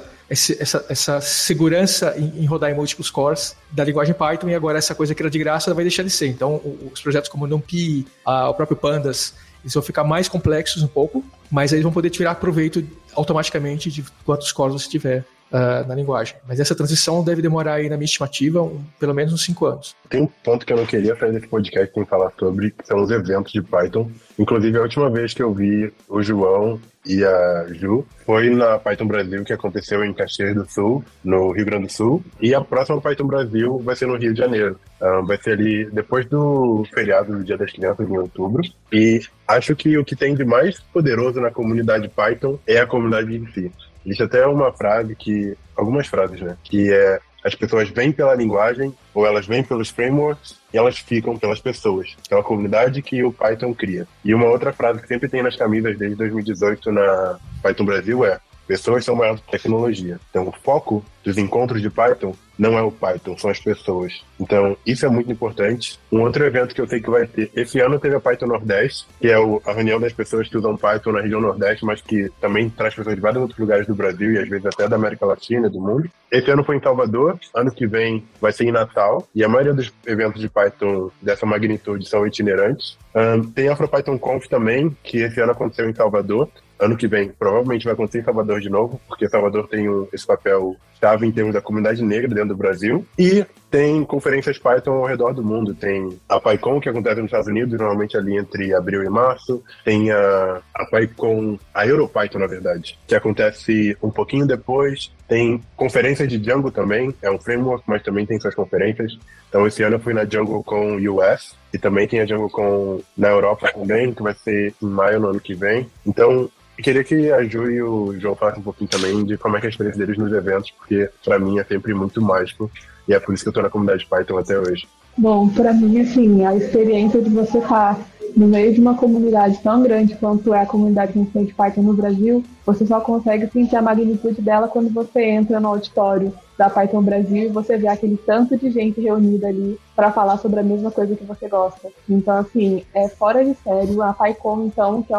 essa segurança em rodar em múltiplos cores da linguagem Python, e agora essa coisa que era de graça vai deixar de ser. Então, os projetos como o NumPy, o próprio Pandas, eles vão ficar mais complexos um pouco, mas aí eles vão poder tirar proveito automaticamente de quantos cores você tiver na linguagem. Mas essa transição deve demorar aí na minha estimativa pelo menos uns 5 anos. Tem um ponto que eu não queria sair desse podcast sem falar sobre, que são os eventos de Python. Inclusive, a última vez que eu vi o João e a Ju foi na Python Brasil, que aconteceu em Caxias do Sul, no Rio Grande do Sul. E a próxima Python Brasil vai ser no Rio de Janeiro. Vai ser ali depois do feriado do Dia das Crianças, em outubro. E acho que o que tem de mais poderoso na comunidade Python é a comunidade em si. Existe até uma frase algumas frases, né? Que é: as pessoas vêm pela linguagem, ou elas vêm pelos frameworks, e elas ficam pelas pessoas. É uma comunidade que o Python cria. E uma outra frase que sempre tem nas camisas desde 2018 na Python Brasil é: pessoas são maiores que tecnologia. Então, o foco dos encontros de Python não é o Python, são as pessoas. Então, isso é muito importante. Um outro evento que eu sei que vai ter, esse ano teve a Python Nordeste, que é a reunião das pessoas que usam Python na região Nordeste, mas que também traz pessoas de vários outros lugares do Brasil e às vezes até da América Latina e do mundo. Esse ano foi em Salvador, ano que vem vai ser em Natal, e a maioria dos eventos de Python dessa magnitude são itinerantes. Tem a AfroPython Conf também, que esse ano aconteceu em Salvador. Ano que vem provavelmente vai acontecer em Salvador de novo, porque Salvador tem esse papel chave em termos da comunidade negra dentro do Brasil. E tem conferências Python ao redor do mundo. Tem a PyCon, que acontece nos Estados Unidos, normalmente ali entre abril e março. Tem a PyCon, a EuroPython, na verdade, que acontece um pouquinho depois. Tem conferências de Django também, é um framework, mas também tem suas conferências. Então, esse ano eu fui na Django com US, e também tem a Django com na Europa também, que vai ser em maio no ano que vem. Então, eu queria que a Ju e o João falassem um pouquinho também de como é que é a experiência deles nos eventos, porque pra mim é sempre muito mágico, e é por isso que eu tô na comunidade Python até hoje. Bom, pra mim, assim, a experiência de você estar no meio de uma comunidade tão grande quanto é a comunidade que a gente tem de Python no Brasil, você só consegue sentir a magnitude dela quando você entra no auditório da Python Brasil e você vê aquele tanto de gente reunida ali para falar sobre a mesma coisa que você gosta. Então, assim, é fora de sério. A PyCon, então, que é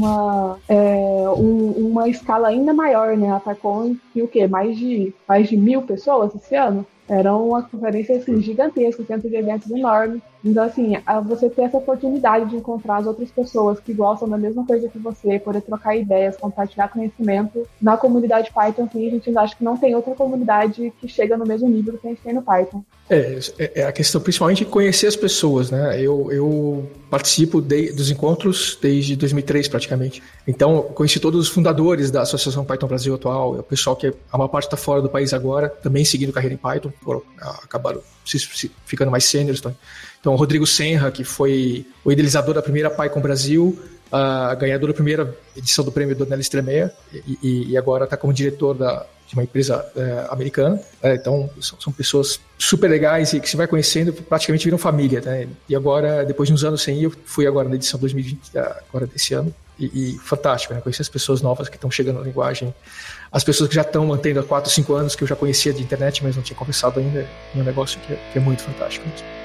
uma escala ainda maior, né? A PyCon tinha o quê? Mais de 1.000 pessoas esse ano? Era uma conferência assim, gigantesca, centro de eventos enorme. Então, assim, você ter essa oportunidade de encontrar as outras pessoas que gostam da mesma coisa que você, poder trocar ideias, compartilhar conhecimento. Na comunidade Python, assim, a gente acha que não tem outra comunidade que chega no mesmo nível que a gente tem no Python. É a questão, principalmente, de conhecer as pessoas, né? Eu participo dos encontros desde 2003, praticamente. Então, conheci todos os fundadores da Associação Python Brasil atual, o pessoal que a maior parte está fora do país agora, também seguindo carreira em Python, acabaram ficando mais sêniores. Então, o Rodrigo Senra, que foi o idealizador da primeira PyCon Brasil, a ganhadora da primeira edição do prêmio Donnelley Stremeyer e agora está como diretor de uma empresa americana. Então, são pessoas super legais e que você vai conhecendo, praticamente viram família. Né? E agora, depois de uns anos sem ir, eu fui agora na edição 2020, agora desse ano, e fantástico, né? Conhecer as pessoas novas que estão chegando na linguagem, as pessoas que já estão mantendo há 4, 5 anos, que eu já conhecia de internet, mas não tinha conversado ainda, é um negócio que é muito fantástico.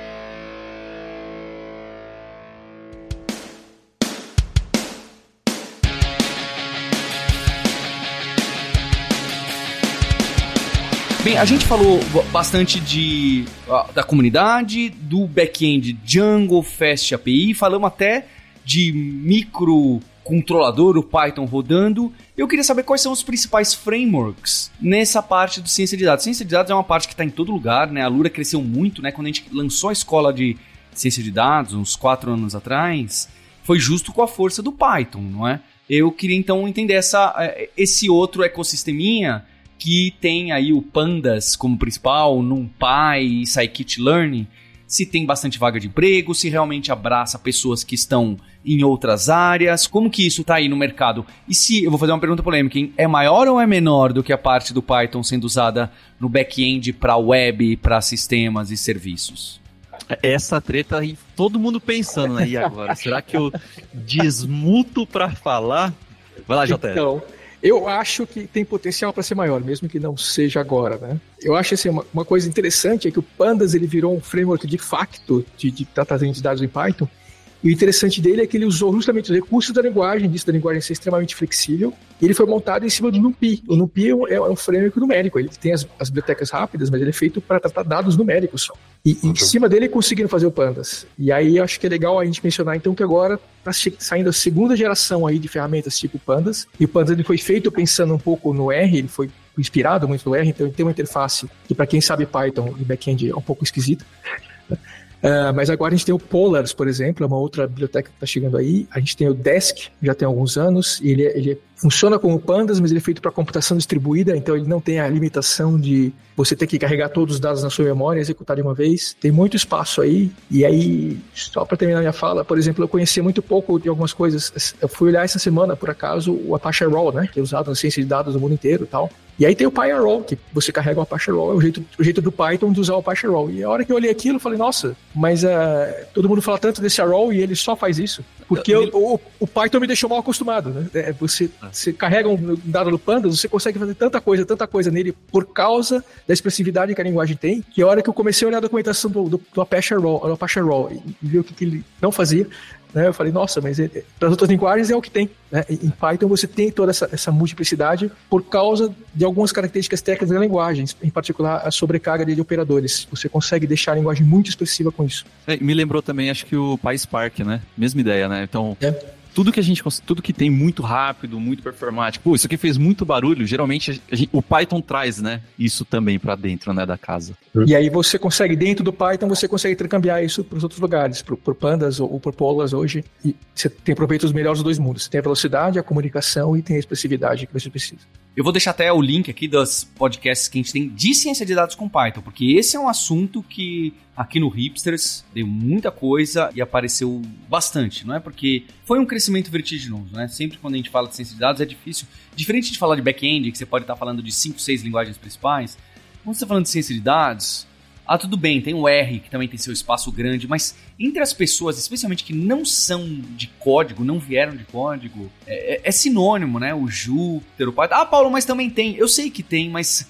Bem, a gente falou bastante da comunidade, do back-end Django, Fast API, falamos até de microcontrolador, o Python rodando. Eu queria saber quais são os principais frameworks nessa parte do ciência de dados. Ciência de dados é uma parte que está em todo lugar, né? A Lura cresceu muito, né? Quando a gente lançou a escola de ciência de dados, uns 4 anos atrás, foi justo com a força do Python, não é? Eu queria então entender esse outro ecossisteminha que tem aí o Pandas como principal, NumPy e Scikit-learn, se tem bastante vaga de emprego, se realmente abraça pessoas que estão em outras áreas, como que isso está aí no mercado? E se, eu vou fazer uma pergunta polêmica, hein? É maior ou é menor do que a parte do Python sendo usada no back-end para web, para sistemas e serviços? Essa treta aí, todo mundo pensando, né? E agora? Será que eu desmuto para falar? Vai lá, JR. Então, eu acho que tem potencial para ser maior, mesmo que não seja agora, né? Eu acho assim, uma coisa interessante é que o Pandas ele virou um framework de facto de tratamento de dados em Python. E o interessante dele é que ele usou justamente os recursos da linguagem, disso da linguagem ser extremamente flexível, e ele foi montado em cima do NumPy. O NumPy é um framework numérico, ele tem as bibliotecas rápidas, mas ele é feito para tratar dados numéricos só. E em cima dele conseguiram fazer o Pandas. E aí eu acho que é legal a gente mencionar então que agora está saindo a segunda geração aí de ferramentas tipo Pandas, e o Pandas ele foi feito pensando um pouco no R, ele foi inspirado muito no R, então ele tem uma interface que para quem sabe Python e back-end é um pouco esquisita. Mas agora a gente tem o Polars, por exemplo, é uma outra biblioteca que está chegando aí. A gente tem o Desk, já tem alguns anos. Ele funciona como Pandas, mas ele é feito para computação distribuída, então ele não tem a limitação de você ter que carregar todos os dados na sua memória e executar de uma vez. Tem muito espaço aí. E aí, só para terminar minha fala, por exemplo, eu conhecia muito pouco de algumas coisas. Eu fui olhar essa semana, por acaso, o Apache Arrow, né, que é usado na ciência de dados no mundo inteiro e tal. E aí tem o PyArrow, que você carrega o Apache Arrow, é o jeito do Python de usar o Apache Arrow. E a hora que eu olhei aquilo, eu falei, nossa, mas todo mundo fala tanto desse Arrow e ele só faz isso. Porque o Python me deixou mal acostumado, né? Você carrega um dado no Pandas, você consegue fazer tanta coisa nele por causa da expressividade que a linguagem tem, que a hora que eu comecei a olhar a documentação do Apache Arrow e ver o que ele não fazia, né, eu falei, nossa, mas para as outras linguagens é o que tem. Né? Em Python você tem toda essa multiplicidade por causa de algumas características técnicas da linguagem, em particular a sobrecarga de operadores. Você consegue deixar a linguagem muito expressiva com isso. Me lembrou também, acho que o PySpark, né? Mesma ideia, né? Então, tudo que tem muito rápido, muito performático, isso aqui fez muito barulho, geralmente o Python traz, né, isso também para dentro, né, da casa. E aí você consegue, dentro do Python, você consegue intercambiar isso para os outros lugares, por Pandas ou por Polars hoje, e você tem proveito dos melhores dos dois mundos. Você tem a velocidade, a comunicação e tem a expressividade que você precisa. Eu vou deixar até o link aqui dos podcasts que a gente tem de ciência de dados com Python, porque esse é um assunto que aqui no Hipsters deu muita coisa e apareceu bastante, não é? Porque foi um crescimento vertiginoso, né? Sempre quando a gente fala de ciência de dados é difícil. Diferente de falar de back-end, que você pode estar falando de 5, 6 linguagens principais, quando você está falando de ciência de dados, tudo bem, tem o R, que também tem seu espaço grande, mas entre as pessoas, especialmente que não são de código, não vieram de código, é sinônimo, né? O Jupyter, o Python. Paulo, mas também tem. Eu sei que tem, mas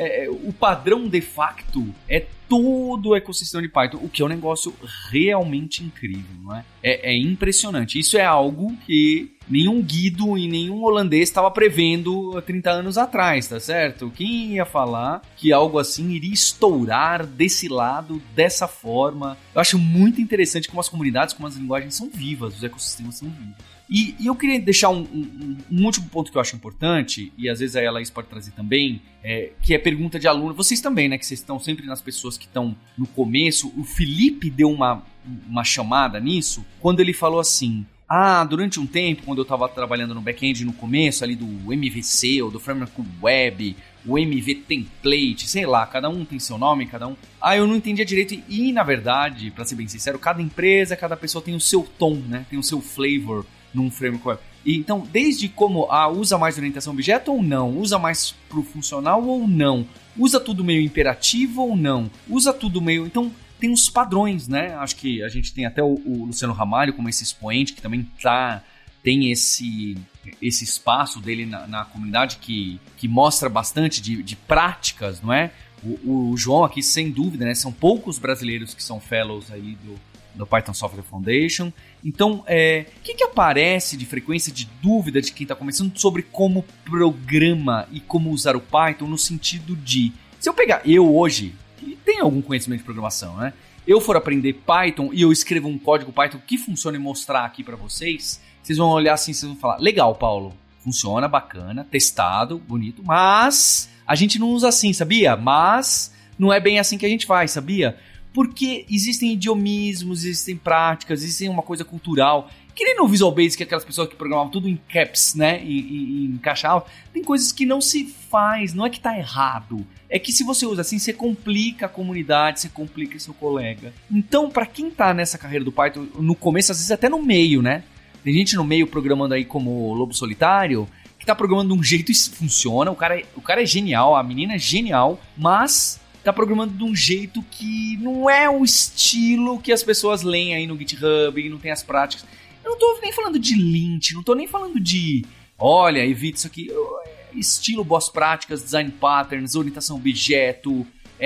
o padrão de facto é todo o ecossistema de Python, o que é um negócio realmente incrível, não é? É impressionante. Isso é algo que nenhum Guido e nenhum holandês estava prevendo há 30 anos atrás, tá certo? Quem ia falar que algo assim iria estourar desse lado, dessa forma? Eu acho muito interessante como as comunidades, como as linguagens são vivas, os ecossistemas são vivos. E eu queria deixar um último ponto que eu acho importante, e às vezes a Laís pode trazer também, que é pergunta de aluno. Vocês também, né? Que vocês estão sempre nas pessoas que estão no começo. O Felipe deu uma chamada nisso, quando ele falou assim: durante um tempo, quando eu estava trabalhando no back-end no começo, ali do MVC, ou do Framework Web, o MV Template, sei lá, cada um tem seu nome, cada um... eu não entendia direito, e na verdade, para ser bem sincero, cada empresa, cada pessoa tem o seu tom, né? Tem o seu flavor num framework web. E, então, desde como usa mais orientação a objeto ou não, usa mais pro funcional ou não, usa tudo meio imperativo ou não, usa tudo meio... Então, tem uns padrões, né? Acho que a gente tem até o Luciano Ramalho como esse expoente, que também tem esse espaço dele na comunidade que mostra bastante de práticas, não é? O João aqui, sem dúvida, né? São poucos brasileiros que são fellows aí do Python Software Foundation. Então, o que aparece de frequência de dúvida de quem está começando sobre como programa e como usar o Python no sentido de... Se eu hoje, que tenho algum conhecimento de programação, né? Eu for aprender Python e eu escrevo um código Python que funciona e mostrar aqui para vocês, vocês vão olhar assim, vocês vão falar, legal, Paulo, funciona, bacana, testado, bonito, mas a gente não usa assim, sabia? Mas não é bem assim que a gente faz, sabia? Porque existem idiomismos, existem práticas, existem uma coisa cultural. Que nem no Visual Basic, aquelas pessoas que programavam tudo em caps, né? E encaixavam. Tem coisas que não se faz, não é que tá errado. É que se você usa assim, você complica a comunidade, você complica seu colega. Então, para quem tá nessa carreira do Python, no começo, às vezes até no meio, né? Tem gente no meio programando aí como Lobo Solitário, que tá programando de um jeito e funciona. O cara é genial, a menina é genial, mas... tá programando de um jeito que não é o estilo que as pessoas leem aí no GitHub, e não tem as práticas. Eu não tô nem falando de lint, não tô nem falando de, olha, evita isso aqui. Estilo, boas práticas, design patterns, orientação a objeto,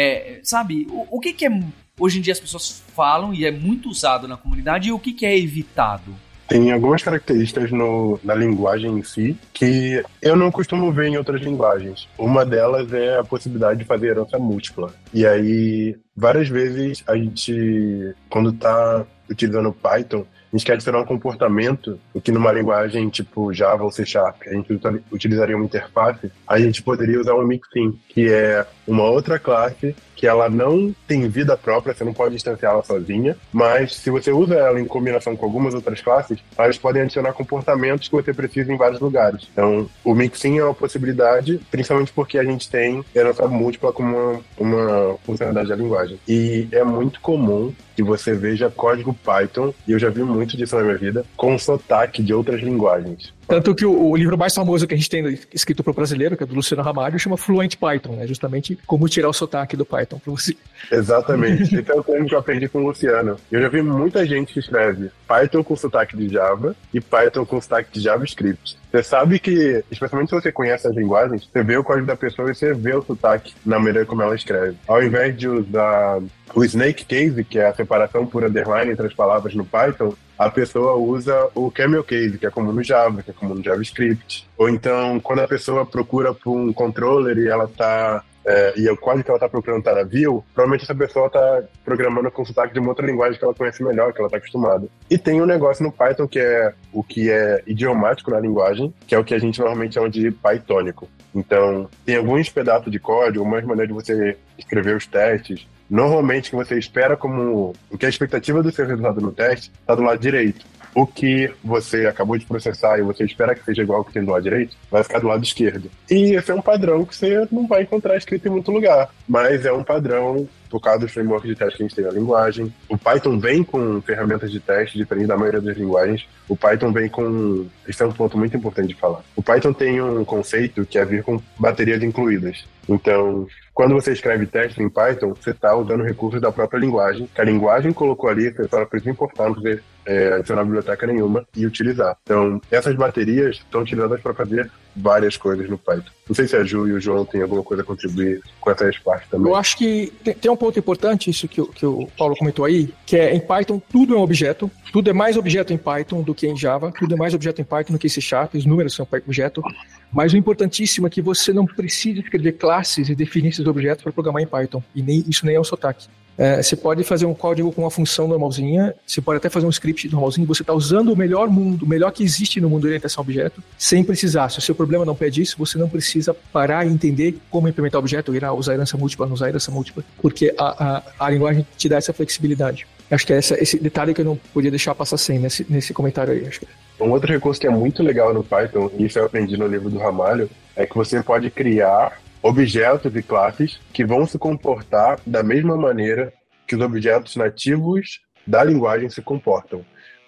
sabe? O que hoje em dia as pessoas falam e é muito usado na comunidade, e o que é evitado? Tem algumas características na linguagem em si que eu não costumo ver em outras linguagens. Uma delas é a possibilidade de fazer herança múltipla. E aí, várias vezes, a gente, quando está utilizando Python, a gente quer adicionar um comportamento, o que numa linguagem tipo Java ou C#, a gente utilizaria uma interface, a gente poderia usar um mixin, que é uma outra classe que ela não tem vida própria, você não pode instanciá-la sozinha, mas se você usa ela em combinação com algumas outras classes, elas podem adicionar comportamentos que você precisa em vários lugares. Então, o mixin é uma possibilidade, principalmente porque a gente tem herança múltipla como uma funcionalidade da linguagem. E é muito comum que você veja código Python, e eu já vi muito disso na minha vida, com sotaque de outras linguagens. Tanto que o livro mais famoso que a gente tem escrito para o brasileiro, que é do Luciano Ramalho, chama Fluent Python, né? Justamente como tirar o sotaque do Python para você. Exatamente. Esse é o termo que eu aprendi com o Luciano. Eu já vi muita gente que escreve Python com sotaque de Java e Python com sotaque de JavaScript. Você sabe que, especialmente se você conhece as linguagens, você vê o código da pessoa e você vê o sotaque na maneira como ela escreve. Ao invés de usar o snake case, que é a separação por underline entre as palavras no Python, a pessoa usa o camel case, que é comum no Java, que é comum no JavaScript. Ou então, quando a pessoa procura por um controller e ela está e o código que ela está procurando está na view, provavelmente essa pessoa está programando com sotaque de uma outra linguagem que ela conhece melhor, que ela está acostumada. E tem um negócio no Python que é o que é idiomático na linguagem, que é o que a gente normalmente chama de pythônico. Então, tem alguns pedaços de código, algumas maneiras de você escrever os testes, normalmente que você espera como... O que a expectativa do seu resultado no teste está do lado direito. O que você acabou de processar e você espera que seja igual ao que tem do lado direito, vai ficar do lado esquerdo. E esse é um padrão que você não vai encontrar escrito em muito lugar, mas é um padrão por causa dos frameworks de teste que a gente tem na linguagem. O Python vem com ferramentas de teste, diferente da maioria das linguagens. O Python vem com... Esse é um ponto muito importante de falar. O Python tem um conceito que é vir com baterias incluídas. Então, quando você escreve teste em Python, você está usando recursos da própria linguagem, que a linguagem colocou ali, você só precisa importar, não precisa adicionar biblioteca nenhuma e utilizar. Então, essas baterias estão utilizadas para fazer várias coisas no Python. Não sei se a Ju e o João têm alguma coisa a contribuir com essas partes também. Eu acho que tem um ponto importante, isso que o Paulo comentou aí, que é em Python tudo é um objeto, tudo é mais objeto em Python do que em Java, tudo é mais objeto em Python do que em C#, os números são objeto, mas o importantíssimo é que você não precisa escrever classes e definir esses objetos para programar em Python, e isso nem é um sotaque. Você pode fazer um código com uma função normalzinha, você pode até fazer um script normalzinho, você está usando o melhor que existe no mundo de orientação a objeto, sem precisar. Se o seu problema não pede isso, você não precisa parar e entender como implementar o objeto, usar herança múltipla, não usar herança múltipla, porque a linguagem te dá essa flexibilidade. Acho que é esse detalhe que eu não podia deixar passar sem nesse comentário aí. Acho que... Um outro recurso que é muito legal no Python, e isso eu aprendi no livro do Ramalho, é que você pode criar objetos e classes que vão se comportar da mesma maneira que os objetos nativos da linguagem se comportam.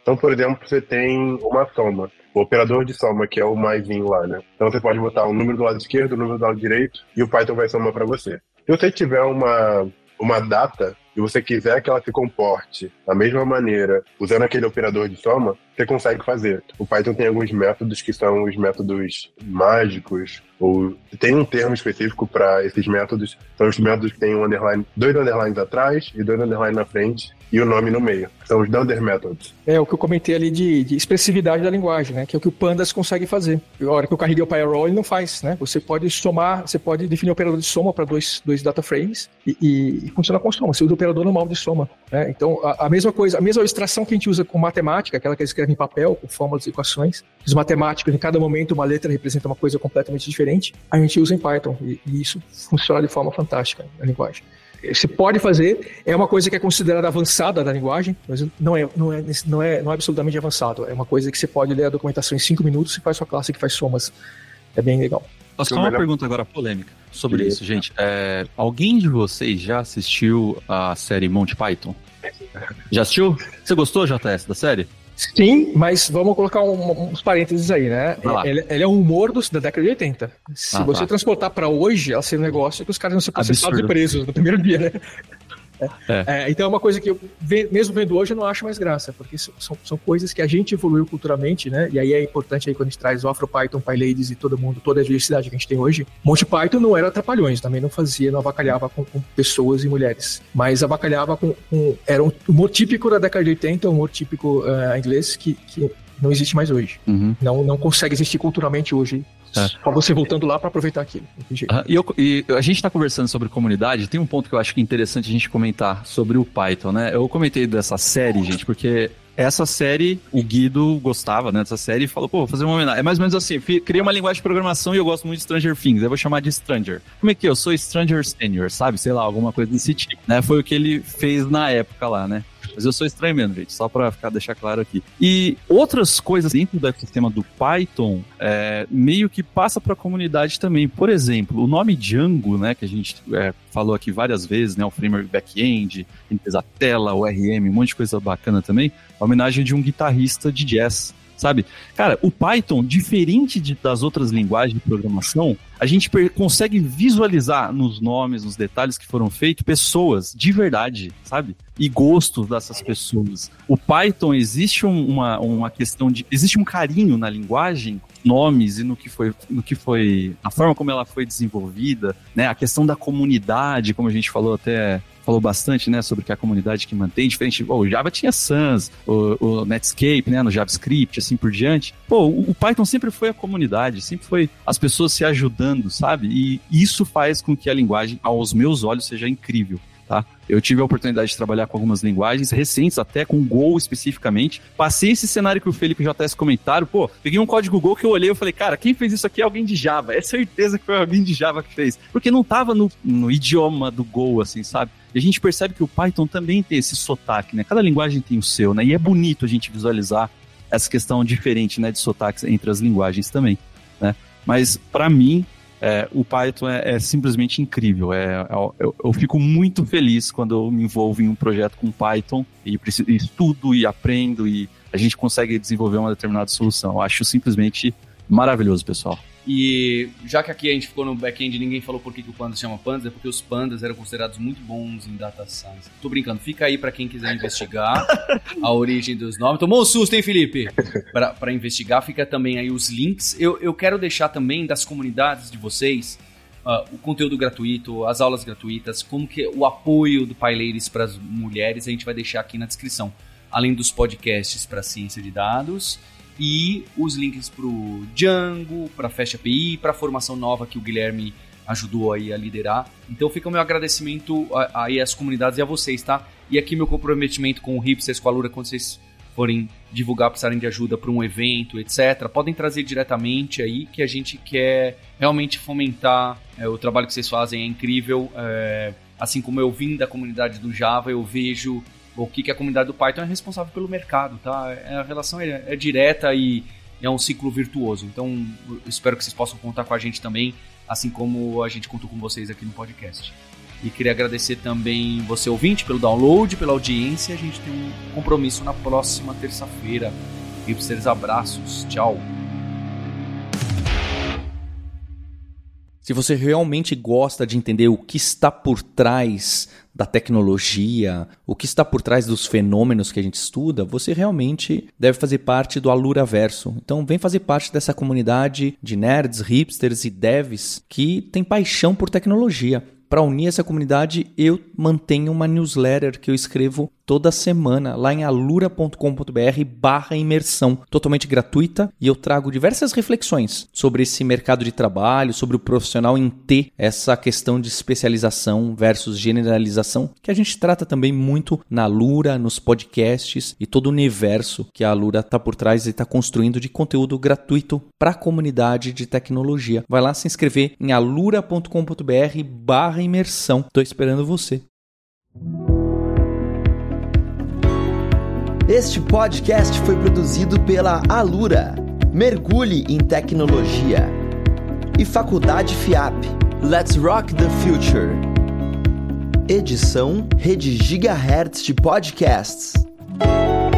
Então, por exemplo, você tem uma soma, o operador de soma, que é o maisinho lá, né? Então você pode botar um número do lado esquerdo, um número do lado direito, e o Python vai somar para você. Se você tiver uma data e você quiser que ela se comporte da mesma maneira, usando aquele operador de soma, você consegue fazer. O Python tem alguns métodos que são os métodos mágicos, ou tem um termo específico para esses métodos, são os métodos que tem um underline, 2 underlines atrás e 2 underlines na frente, e o nome no meio. São os Dunder Methods. É o que eu comentei ali de expressividade da linguagem, né? Que é o que o Pandas consegue fazer. A hora que eu carreguei o PyRoll, ele não faz, né? Você pode somar, você pode definir um operador de soma para dois data frames e funciona com soma. Você usa o operador normal de soma, né? Então, a mesma coisa, a mesma abstração que a gente usa com matemática, aquela que eles escrevem em papel, com fórmulas e equações, os matemáticos, em cada momento, uma letra representa uma coisa completamente diferente, a gente usa em Python. E isso funciona de forma fantástica na linguagem. Você pode fazer, é uma coisa que é considerada avançada da linguagem, mas não é absolutamente avançado. É uma coisa que você pode ler a documentação em 5 minutos e faz sua classe que faz somas. É bem legal. Só uma pergunta agora polêmica sobre isso, gente. Alguém de vocês já assistiu a série Monty Python? Já assistiu? Você gostou, JS, da série? Sim, mas vamos colocar uns parênteses aí, né? Ele é um humor da década de 80. Se você transportar para hoje, ela seria um negócio que os caras vão ser processados e presos no primeiro dia, né? Então é uma coisa que eu, mesmo vendo hoje, eu não acho mais graça, porque são coisas que a gente evoluiu culturalmente, né? E aí é importante aí quando a gente traz o AfroPython, PyLadies e todo mundo, toda a diversidade que a gente tem hoje. Monty Python não era trapalhões, também não avacalhava com pessoas e mulheres, mas avacalhava era um humor típico da década de 80, um humor típico inglês que não existe mais hoje. Uhum. Não consegue existir culturalmente hoje. Só você voltando lá para aproveitar aquilo. E a gente está conversando sobre comunidade, tem um ponto que eu acho que é interessante a gente comentar sobre o Python, né? Eu comentei dessa série, gente, porque essa série, o Guido gostava, né, dessa série e falou, vou fazer uma homenagem. É mais ou menos assim, criei uma linguagem de programação e eu gosto muito de Stranger Things, eu vou chamar de Stranger. Como é que eu sou Stranger Senior, sabe? Sei lá, alguma coisa desse tipo, né? Foi o que ele fez na época lá, né? Mas eu sou estranho mesmo, gente, só pra deixar claro aqui. E outras coisas dentro do ecossistema do Python meio que passa pra comunidade também. Por exemplo, o nome Django, né, que a gente falou aqui várias vezes, né, o framework back-end, a tela, o RM, um monte de coisa bacana também, a homenagem de um guitarrista de jazz, sabe? Cara, o Python, diferente das outras linguagens de programação, a gente consegue visualizar nos nomes, nos detalhes que foram feitos, pessoas de verdade, sabe? E gostos dessas pessoas. O Python, existe uma questão de... Existe um carinho na linguagem, nomes e no que foi a forma como ela foi desenvolvida, né? A questão da comunidade, como a gente falou bastante, né, sobre que a comunidade que mantém, diferente, o Java tinha Sans, o Netscape, né, no JavaScript, assim por diante. O Python sempre foi a comunidade, sempre foi as pessoas se ajudando, sabe? E isso faz com que a linguagem, aos meus olhos, seja incrível, tá? Eu tive a oportunidade de trabalhar com algumas linguagens recentes, até com Go especificamente. Passei esse cenário que o Felipe e o JS comentaram. Peguei um código Go que eu olhei e falei, cara, quem fez isso aqui é alguém de Java. É certeza que foi alguém de Java que fez. Porque não tava no idioma do Go, assim, sabe? E a gente percebe que o Python também tem esse sotaque, né? Cada linguagem tem o seu, né? E é bonito a gente visualizar essa questão diferente, né, de sotaques entre as linguagens também, né? Mas, para mim, o Python é simplesmente incrível. Eu fico muito feliz quando eu me envolvo em um projeto com Python e estudo e aprendo e a gente consegue desenvolver uma determinada solução. Eu acho simplesmente maravilhoso, pessoal. E já que aqui a gente ficou no back-end e ninguém falou por que o Pandas chama Pandas, é porque os Pandas eram considerados muito bons em data science. Tô brincando, fica aí pra quem quiser investigar a origem dos nomes. Tomou um susto, hein, Felipe? Pra investigar, fica também aí os links. Eu quero deixar também das comunidades de vocês o conteúdo gratuito, as aulas gratuitas, como que o apoio do PyLadies para as mulheres, a gente vai deixar aqui na descrição. Além dos podcasts para ciência de dados e os links para o Django, para a Fast API, para a formação nova que o Guilherme ajudou aí a liderar. Então fica o meu agradecimento aí às comunidades e a vocês, tá? E aqui meu comprometimento com o Hipsters, com a Lura, quando vocês forem divulgar, precisarem de ajuda para um evento, etc., podem trazer diretamente aí, que a gente quer realmente fomentar. O trabalho que vocês fazem é incrível. Assim como eu vim da comunidade do Java, eu vejo o que a comunidade do Python é responsável pelo mercado, tá? A relação é direta e é um ciclo virtuoso. Então, eu espero que vocês possam contar com a gente também, assim como a gente contou com vocês aqui no podcast. E queria agradecer também você, ouvinte, pelo download, pela audiência. A gente tem um compromisso na próxima terça-feira. Hipsters, abraços. Tchau. Se você realmente gosta de entender o que está por trás da tecnologia, o que está por trás dos fenômenos que a gente estuda, você realmente deve fazer parte do Aluraverso. Então vem fazer parte dessa comunidade de nerds, hipsters e devs que tem paixão por tecnologia. Para unir essa comunidade, eu mantenho uma newsletter que eu escrevo toda semana lá em alura.com.br/imersão, totalmente gratuita, e eu trago diversas reflexões sobre esse mercado de trabalho, sobre o profissional em ter essa questão de especialização versus generalização, que a gente trata também muito na Alura, nos podcasts e todo o universo que a Alura está por trás e está construindo de conteúdo gratuito para a comunidade de tecnologia. Vai lá se inscrever em alura.com.br/imersão. Estou esperando você. Este podcast foi produzido pela Alura, Mergulhe em Tecnologia, e Faculdade FIAP. Let's Rock the Future. Edição Rede Gigahertz de Podcasts.